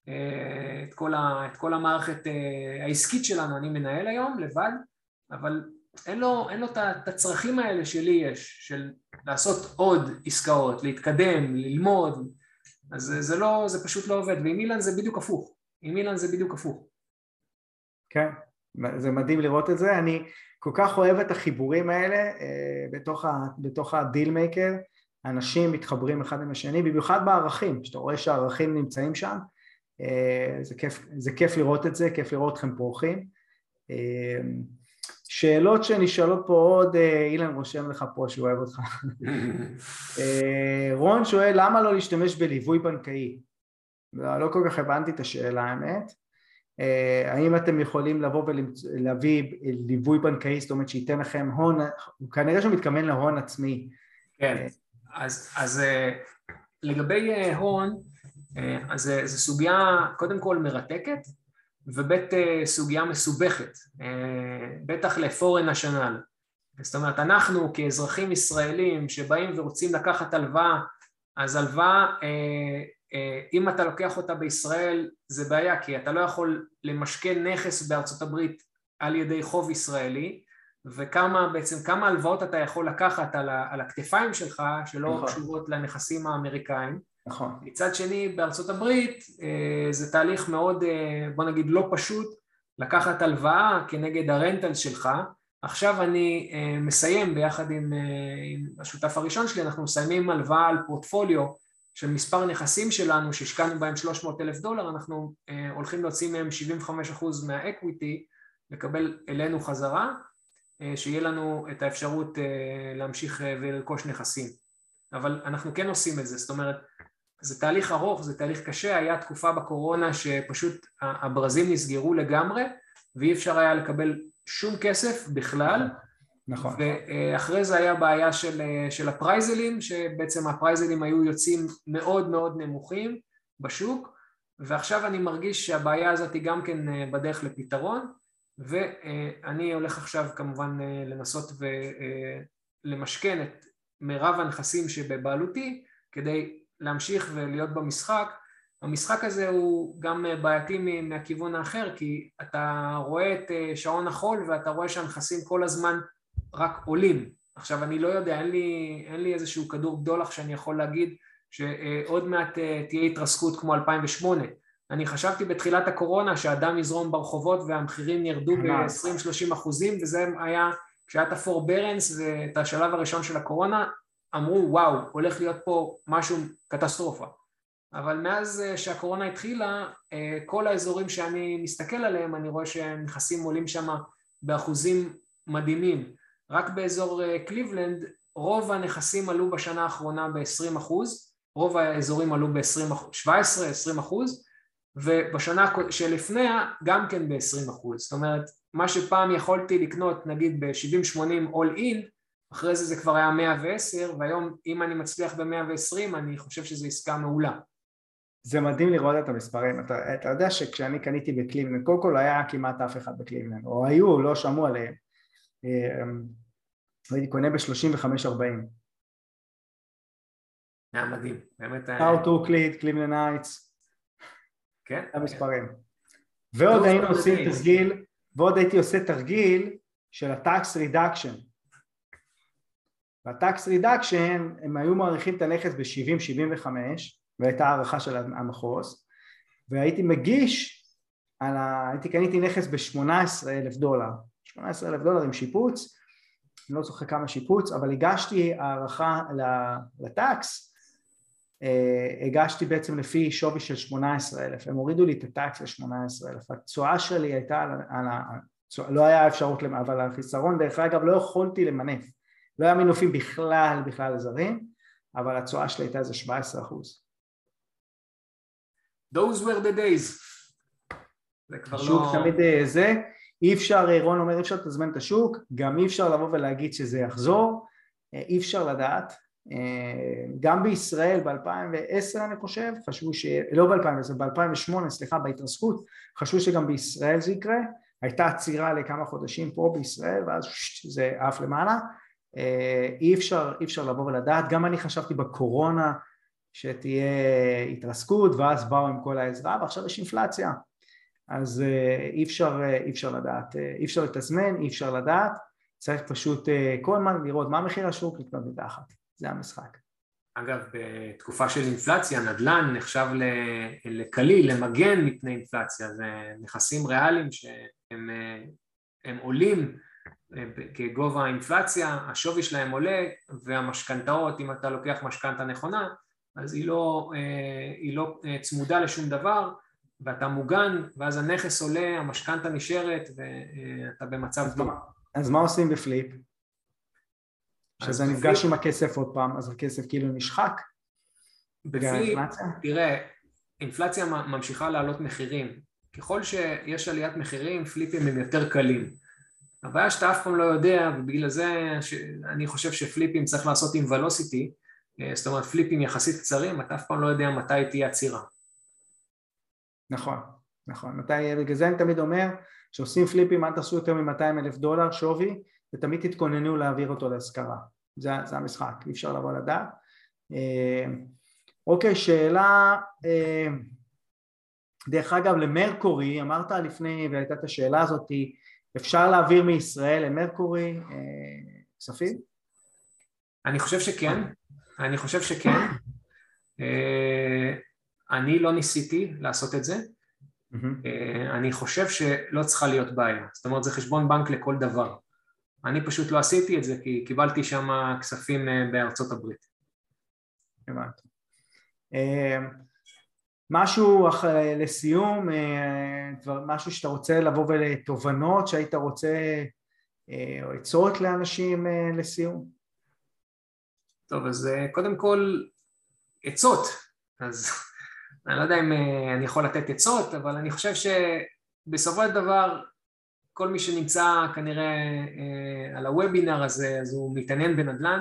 את כל המערכת העסקית שלנו אני מנהל היום לבד, אבל אין לו את הצרכים האלה שלי יש, של לעשות עוד עסקאות, להתקדם, ללמוד, אז זה פשוט לא עובד, ועם אילן זה בדיוק הפוך. כן. זה מדהים לראות את זה, אני כל כך אוהב את החיבורים האלה בתוך הדיל מייקר, אנשים מתחברים אחד עם השני, במיוחד בערכים, שאתה רואה שהערכים נמצאים שם, זה כיף לראות את זה, כיף לראות אתכם פורחים. שאלות שנשאלות פה עוד, אילן רושם לך פה שהוא אוהב אותך. רון שואל למה לא להשתמש בליווי בנקאי? לא כל כך הבנתי את השאלה האמת. האם אתם יכולים לבוא ולהביא ליווי בנקאי, זאת אומרת שייתן לכם הון, כנראה שהוא מתכוון להון עצמי. כן, אז לגבי הון, אז זו סוגיה קודם כל מרתקת, ובית סוגיה מסובכת, בטח לפורן השנל. זאת אומרת, אנחנו כאזרחים ישראלים שבאים ורוצים לקחת הלוואה, אז הלוואה, אם אתה לוקח אותה בישראל זה בעיה, כי אתה לא יכול למשכן נכס בארצות הברית על ידי חוב ישראלי, וכמה הלוואות אתה יכול לקחת על הכתפיים שלך שלא קשורות לנכסים האמריקאים. נכון. מצד שני בארצות הברית זה תהליך מאוד, בוא נגיד, לא פשוט לקחת הלוואה כנגד הרנטל שלך. עכשיו אני מסיים ביחד עם השותף הראשון שלי, אנחנו מסיימים הלוואה על פורטפוליו של מספר נכסים שלנו שהשקענו בהם $300,000, אנחנו הולכים להוציא מהם 75% מהאקוויטי, לקבל אלינו חזרה, שיהיה לנו את האפשרות להמשיך ולרכוש נכסים. אבל אנחנו כן עושים את זה, זאת אומרת, זה תהליך ארוך, זה תהליך קשה, היה תקופה בקורונה שפשוט הברזים נסגרו לגמרי, ואי אפשר היה לקבל שום כסף בכלל, נכון. ואחרי זה היה בעיה של הפרייזלים, שבעצם הפרייזלים היו יוצאים מאוד מאוד נמוכים בשוק, ועכשיו אני מרגיש שהבעיה הזאת היא גם כן בדרך לפתרון, ואני הולך עכשיו כמובן לנסות ולמשכן את מירב הנכסים שבבעלותי, כדי להמשיך ולהיות במשחק. המשחק הזה הוא גם בעייתי מהכיוון האחר, כי אתה רואה את שעון החול ואתה רואה שהנכסים כל הזמן רק עולים. עכשיו אני לא יודע, אין לי איזשהו כדור בדולח שאני יכול להגיד שעוד מעט תהיה התרסקות כמו 2008. אני חשבתי בתחילת הקורונה שהאדם יזרום ברחובות והמחירים ירדו ב-20-30%, וזה היה כשהיה את הפורברנס ואת השלב הראשון של הקורונה, אמרו וואו, הולך להיות פה משהו קטסטרופה. אבל מאז שהקורונה התחילה, כל האזורים שאני מסתכל עליהם, אני רואה שנכסים עולים שם באחוזים מדהימים. רק באזור קליבלנד, רוב הנכסים עלו בשנה האחרונה ב-20%, רוב האזורים עלו ב-17-20%, ובשנה שלפניה גם כן ב-20%. זאת אומרת, מה שפעם יכולתי לקנות, נגיד ב-70-80 all in, אחרי זה כבר היה 110, והיום אם אני מצליח ב-120, אני חושב שזו עסקה מעולה. זה מדהים לראות את המספרים. אתה יודע שכשאני קניתי בקליבלנד, קודם כל היה כמעט אף אחד בקליבלנד, או היו, לא שמעו עליהם. הייתי קונה ב-35-40. היה מדהים, באמת. סאות' אוקליד, קליבלנד הייטס. כן. המספרים. ועוד היינו עושים תרגיל, ועוד הייתי עושה תרגיל של ה-tax reduction. וה-tax reduction, הם היו מעריכים את הנכס ב-70-75, והייתה הערכה של המחוז, והייתי מגיש, הייתי קניתי נכס ב-$18,000, $18,000 עם שיפוץ, אני לא זוכר כמה שיפוץ, אבל הגשתי הערכה לטקס, הגשתי בעצם לפי שווי של 18,000, הם הורידו לי את הטקס ל-18,000, התשואה שלי הייתה, לא היה אפשרות, אבל החיסרון דרך אגב לא יכולתי למנף, לא היה מינופים בכלל לזרים, אבל התשואה שלי הייתה איזה 17%. Those were the days. זה כבר השוק לא... תמיד זה, אי אפשר, רון אומר, אי אפשר לתזמן את השוק, גם אי אפשר לבוא ולהגיד שזה יחזור, אי אפשר לדעת, גם בישראל ב-2010 אני חושב, חשבו לא ב-2010, ב-2008, סליחה, בהתרסקות, חשבו שגם בישראל זה יקרה, הייתה עצירה לכמה חודשים פה בישראל, ואז זה עף למעלה, אי אפשר לבוא ולדעת, גם אני חשבתי בקורונה שתהיה התרסקות, ואז באו עם כל העזרה, ועכשיו יש אינפלציה, אז אי אפשר לדעת, אי אפשר לתזמן, אי אפשר לדעת, צריך פשוט כל הזמן לראות מה מחיר השוק, לקנות מתחת, זה המשחק. אגב, בתקופה של אינפלציה, נדל"ן נחשב לקליל, למגן מפני אינפלציה, זה נכסים ריאליים שהם עולים כגובה האינפלציה, השווי שלהם עולה, והמשכנתאות, אם אתה לוקח משכנתה נכונה, אז היא לא צמודה לשום דבר, ואתה מוגן, ואז הנכס עולה, המשכנתה נשארת, ואתה במצב טוב. אז מה עושים בפליפ? שזה נפגש עם הכסף עוד פעם, אז הכסף כאילו נשחק? בפליפ, תראה, אינפלציה ממשיכה לעלות מחירים. ככל שיש עליית מחירים, פליפים הם יותר קלים. הבעיה שאתה אף פעם לא יודע, ובגלל זה אני חושב שפליפים צריך לעשות עם ולוסיטי, זאת אומרת פליפים יחסית קצרים, אתה אף פעם לא יודע מתי תהיה עצירה. נכון, בגלל זה אני תמיד אומר, שעושים פליפים, אל תעשו יותר $200,000 שווי, ותמיד תתכוננו להעביר אותו להשכרה. זה המשחק, אי אפשר לבוא לדעת. אוקיי, שאלה, דרך אגב למרקורי, אמרת לפני, והייתה את השאלה הזאת, אפשר להעביר מישראל למרקורי כספים? אני חושב שכן. אני לא ניסיתי לעשות את זה, אני חושב שלא צריכה להיות בעיה, זאת אומרת זה חשבון בנק לכל דבר, אני פשוט לא עשיתי את זה כי קיבלתי שם כספים בארצות הברית. הבנתי. משהו לסיום, משהו שאתה רוצה לבוא ולתובנות שהיית רוצה, או עצות לאנשים לסיום? טוב, אז קודם כל עצות, אז אני לא יודע אם אני יכול לתת עצות, אבל אני חושב שבסופו של דבר כל מי שנמצא כנראה על הוובינר הזה, אז הוא מתעניין בנדל"ן,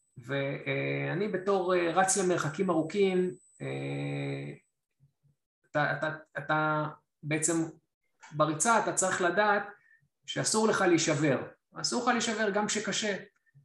ואני בתור רץ למרחקים ארוכים, אתה בעצם בריצה אתה צריך לדעת שאסור לך להישבר, אסור לך להישבר גם כשקשה,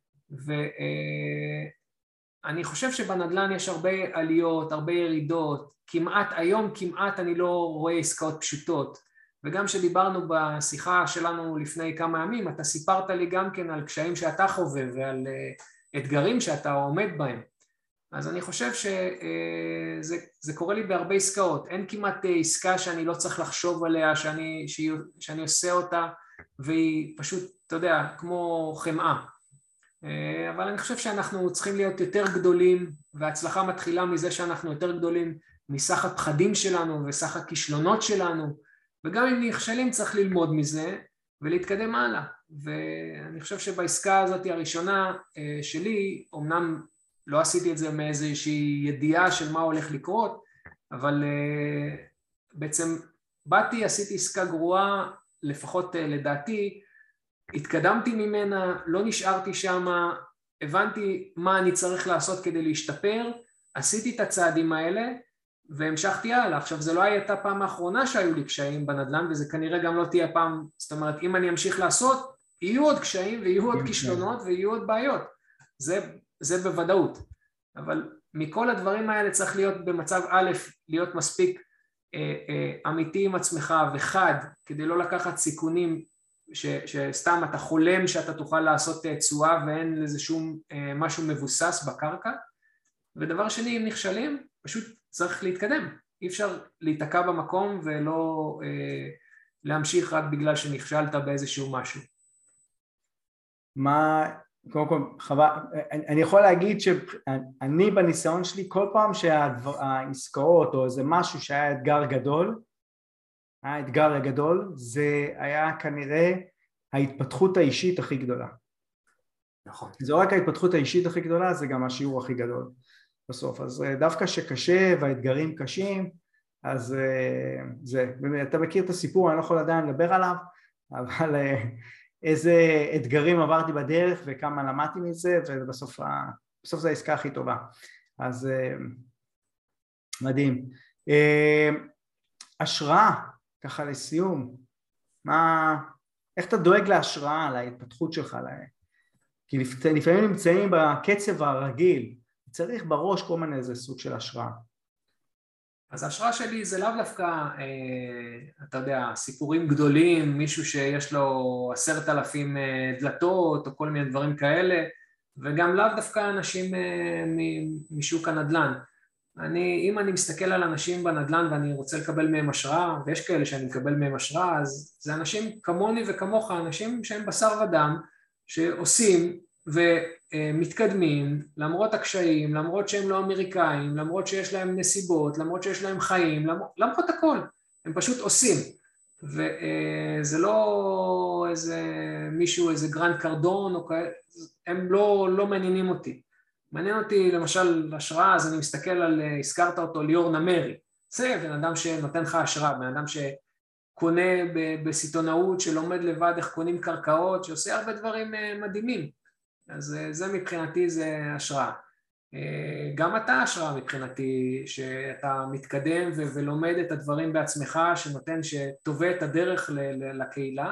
ואני חושב שבנדל"ן יש הרבה עליות, הרבה ירידות, היום כמעט אני לא רואה עסקאות פשוטות, וגם שדיברנו בשיחה שלנו לפני כמה ימים, אתה סיפרת לי גם כן על קשיים שאתה חווה ועל אתגרים שאתה עומד בהם, אז אני חושב שזה קורה לי בהרבה עסקאות, אין כמעט עסקה שאני לא צריך לחשוב עליה, שאני עושה אותה, והיא פשוט, אתה יודע, כמו חמאה. אבל אני חושב שאנחנו צריכים להיות יותר גדולים, וההצלחה מתחילה מזה שאנחנו יותר גדולים מסך הפחדים שלנו וסך הכישלונות שלנו, וגם אם נכשלים צריך ללמוד מזה ולהתקדם הלאה. ואני חושב שבעסקה הזאת הראשונה שלי, אמנם לא עשיתי את זה מאיזושהי ידיעה של מה הולך לקרות, אבל בעצם עשיתי עסקה גרועה, לפחות לדעתי, התקדמתי ממנה, לא נשארתי שם, הבנתי מה אני צריך לעשות כדי להשתפר, עשיתי את הצעדים האלה והמשכתי הלאה. עכשיו זה לא הייתה פעם האחרונה שהיו לי קשיים בנדל"ן, וזה כנראה גם לא תהיה פעם, זאת אומרת אם אני אמשיך לעשות, יהיו עוד קשיים ויהיו עוד כישלונות ויהיו עוד בעיות, זה בוודאות, אבל מכל הדברים האלה צריך להיות במצב א', להיות מספיק אמיתי עם עצמך וחד, כדי לא לקחת סיכונים שסתם אתה חולם שאתה תוכל לעשות תשואה ואין לזה שום משהו מבוסס בקרקע, ודבר שני, אם נכשלים, פשוט צריך להתקדם, אי אפשר להתעקע במקום ולא להמשיך רק בגלל שנכשלת באיזשהו משהו. קודם כל, אני יכול להגיד שאני בניסיון שלי, כל פעם שהעסקאות או איזה משהו שהיה אתגר גדול, האתגר הגדול, זה היה כנראה ההתפתחות האישית הכי גדולה. נכון. זה רק ההתפתחות האישית הכי גדולה, זה גם השיעור הכי גדול בסוף. אז דווקא שקשה והאתגרים קשים, אז זה, אתה מכיר את הסיפור, אני לא יכול עדיין לדבר עליו, אבל איזה אתגרים עברתי בדרך וכמה למדתי מזה, ובסוף זה העסקה הכי טובה. אז מדהים. השראה, ככה לסיום, איך אתה דואג להשראה, להתפתחות שלך? כי לפעמים נמצאים בקצב הרגיל, צריך בראש כל מיני איזה סוג של השראה. אז ההשראה שלי זה לאו דווקא, אתה יודע, סיפורים גדולים, מישהו שיש לו 10,000 דלתות או כל מיני דברים כאלה, וגם לאו דווקא אנשים משוק הנדל"ן. אם אני מסתכל על אנשים בנדל"ן ואני רוצה לקבל מהם השראה, ויש כאלה שאני מקבל מהם השראה, אז זה אנשים כמוני וכמוך, אנשים שהם בשר ודם, שעושים ומתקדמים למרות הקשיים, למרות שהם לא אמריקאים, למרות שיש להם נסיבות, למרות שיש להם חיים, למרות הכל, הם פשוט עושים. וזה לא איזה מישהו, איזה גרנד קרדון, הם לא מעניינים אותי. מעניין אותי למשל השראה, אז אני מסתכל על, הזכרת אותו, ליאור נמרי, זה בן אדם שנותן לך השראה, בן אדם שקונה בסיטונאות, שלומד לבד איך קונים קרקעות, שעושה הרבה דברים מדהימים, אז זה מבחינתי זה השראה. גם אתה השראה מבחינתי, שאתה מתקדם ולומד את הדברים בעצמך, שנותן, שטובה את הדרך לקהילה,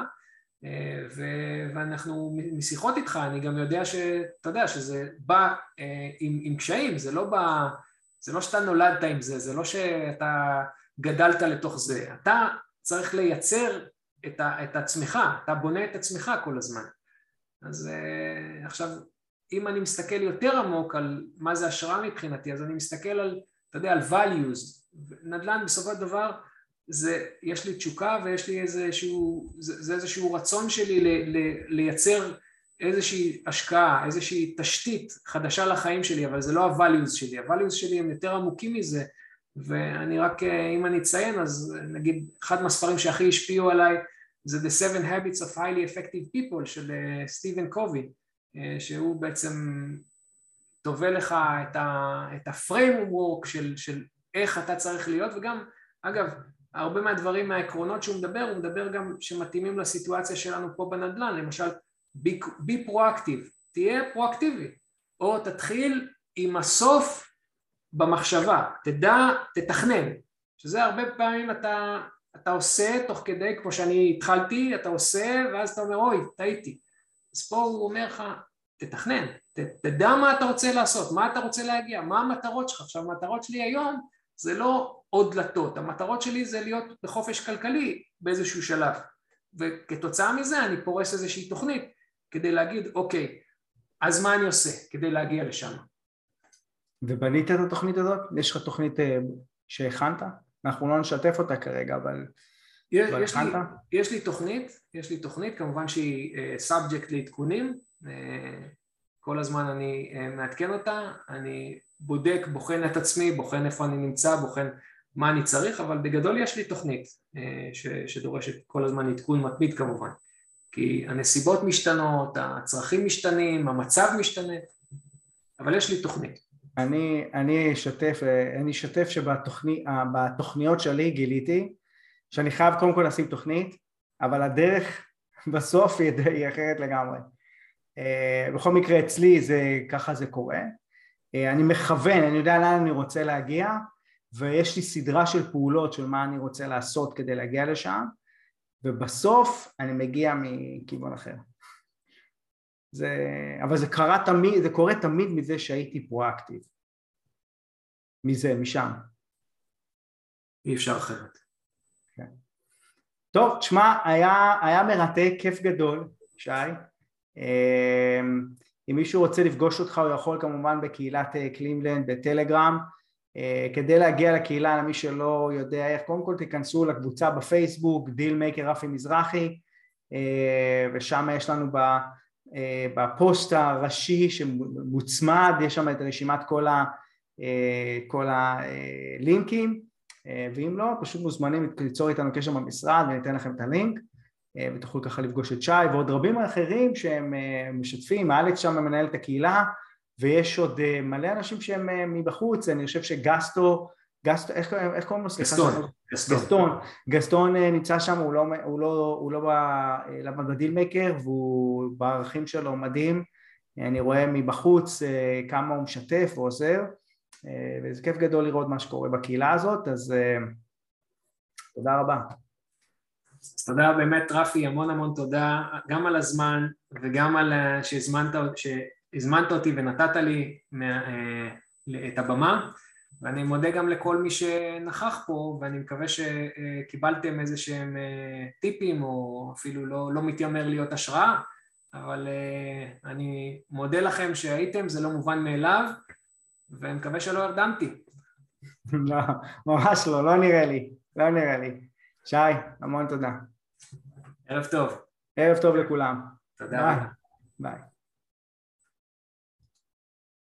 ואנחנו משיחות איתך, אני גם יודע שאתה יודע שזה בא עם קשיים, זה לא שאתה נולדת עם זה, זה לא שאתה גדלת לתוך זה, אתה צריך לייצר את עצמך, אתה בונה את עצמך כל הזמן. אז עכשיו, אם אני מסתכל יותר עמוק על מה זה השראה מבחינתי, אז אני מסתכל על, אתה יודע, על values, נדל"ן בסופו של דבר, יש לי תשוקה ויש לי איזשהו רצון שלי לייצר איזושהי השקעה, איזושהי תשתית חדשה לחיים שלי, אבל זה לא ה-values שלי, ה-values שלי הם יותר עמוקים מזה, ואני רק, אם אני אציין, אז נגיד, אחד מהספרים שהכי השפיעו עליי, זה The 7 Habits of Highly Effective People של סטיבן קובי, שהוא בעצם תובע לך את ה-framework של איך אתה צריך להיות, וגם, אגב, הרבה מהדברים, מהעקרונות שהוא מדבר גם שמתאימים לסיטואציה שלנו פה בנדל"ן, למשל, be proactive, תהיה פרואקטיבי, או תתחיל עם הסוף במחשבה, תתכנן, שזה הרבה פעמים אתה עושה תוך כדי, כמו שאני התחלתי, אתה עושה, ואז אתה אומר, אוי, טעיתי. אז פה הוא אומר לך, תתכנן, תדע מה אתה רוצה לעשות, מה אתה רוצה להגיע, מה המטרות שלך. עכשיו, המטרות שלי היום זה לא עוד דלתות, המטרות שלי זה להיות בחופש כלכלי באיזשהו שלב, וכתוצאה מזה אני פורס איזושהי תוכנית כדי להגיד, אוקיי, אז מה אני עושה כדי להגיע לשם? ובנית את התוכנית הזאת? יש לך תוכנית שהכנת? אנחנו לא נשתף אותה כרגע, אבל הכנת? יש לי תוכנית, כמובן שהיא סאבג'קט לעדכונים, כל הזמן אני מעדכן אותה, אני בודק, בוחן את עצמי, בוחן איפה אני נמצא, בוחן מה אני צריך, אבל בגדול יש לי תוכנית שדורשת כל הזמן עדכון מתמיד כמובן, כי הנסיבות משתנות, הצרכים משתנים, המצב משתנה, אבל יש לי תוכנית. אני אשתף שבתוכניות שלי גיליתי שאני חייב קודם כל לשים תוכנית, אבל הדרך בסוף היא אחרת לגמרי. בכל מקרה אצלי ככה זה קורה. אני מכוון, אני יודע לאן אני רוצה להגיע, ויש לי סדרה של פעולות של מה אני רוצה לעשות כדי להגיע לשם, ובסוף אני מגיע מכיוון אחר. אבל זה קורה תמיד מזה שהייתי פרואקטיב. משם. אי אפשר אחרת. כן. טוב, תשמע, היה מרתק, כיף גדול, שי. אם מישהו רוצה לפגוש אותך, הוא יכול כמובן בקהילת קלימלנד בטלגרם. כדי להגיע לקהילה, למי שלא יודע איך, קודם כל תיכנסו לקבוצה בפייסבוק, דיל מייקר רפי מזרחי, ושם יש לנו בפוסט הראשי שמוצמד, יש שם את רשימת כל הלינקים, ואם לא, פשוט מוזמנים ליצור איתנו קשר במשרד וניתן לכם את הלינק, ותוכלו ככה לפגוש את שי ועוד רבים אחרים שהם משתפים. אלכס שם מנהל את הקהילה, ויש עוד מלא אנשים שהם מבחוץ. אני חושב שגסטו, איך קוראים לו? גסטון נמצא שם, הוא לא בדיל מייקר, והוא בערכים שלו מדהים. אני רואה מבחוץ כמה הוא משתף ועוזר, וזה כיף גדול לראות מה שקורה בקהילה הזאת, אז תודה רבה. אז תודה באמת רפי, המון תודה, גם על הזמן וגם על שהזמנת אותי ונתת לי את הבמה, ואני מודה גם לכל מי שנכח פה, ואני מקווה שקיבלתם איזה שהם טיפים, או אפילו לא מתיימר להיות השראה, אבל אני מודה לכם שהייתם, זה לא מובן מאליו, ואני מקווה שלא הרדמתי. לא, ממש לא נראה לי. שי, המון תודה. ערב טוב. ערב טוב לכולם. תודה. ביי.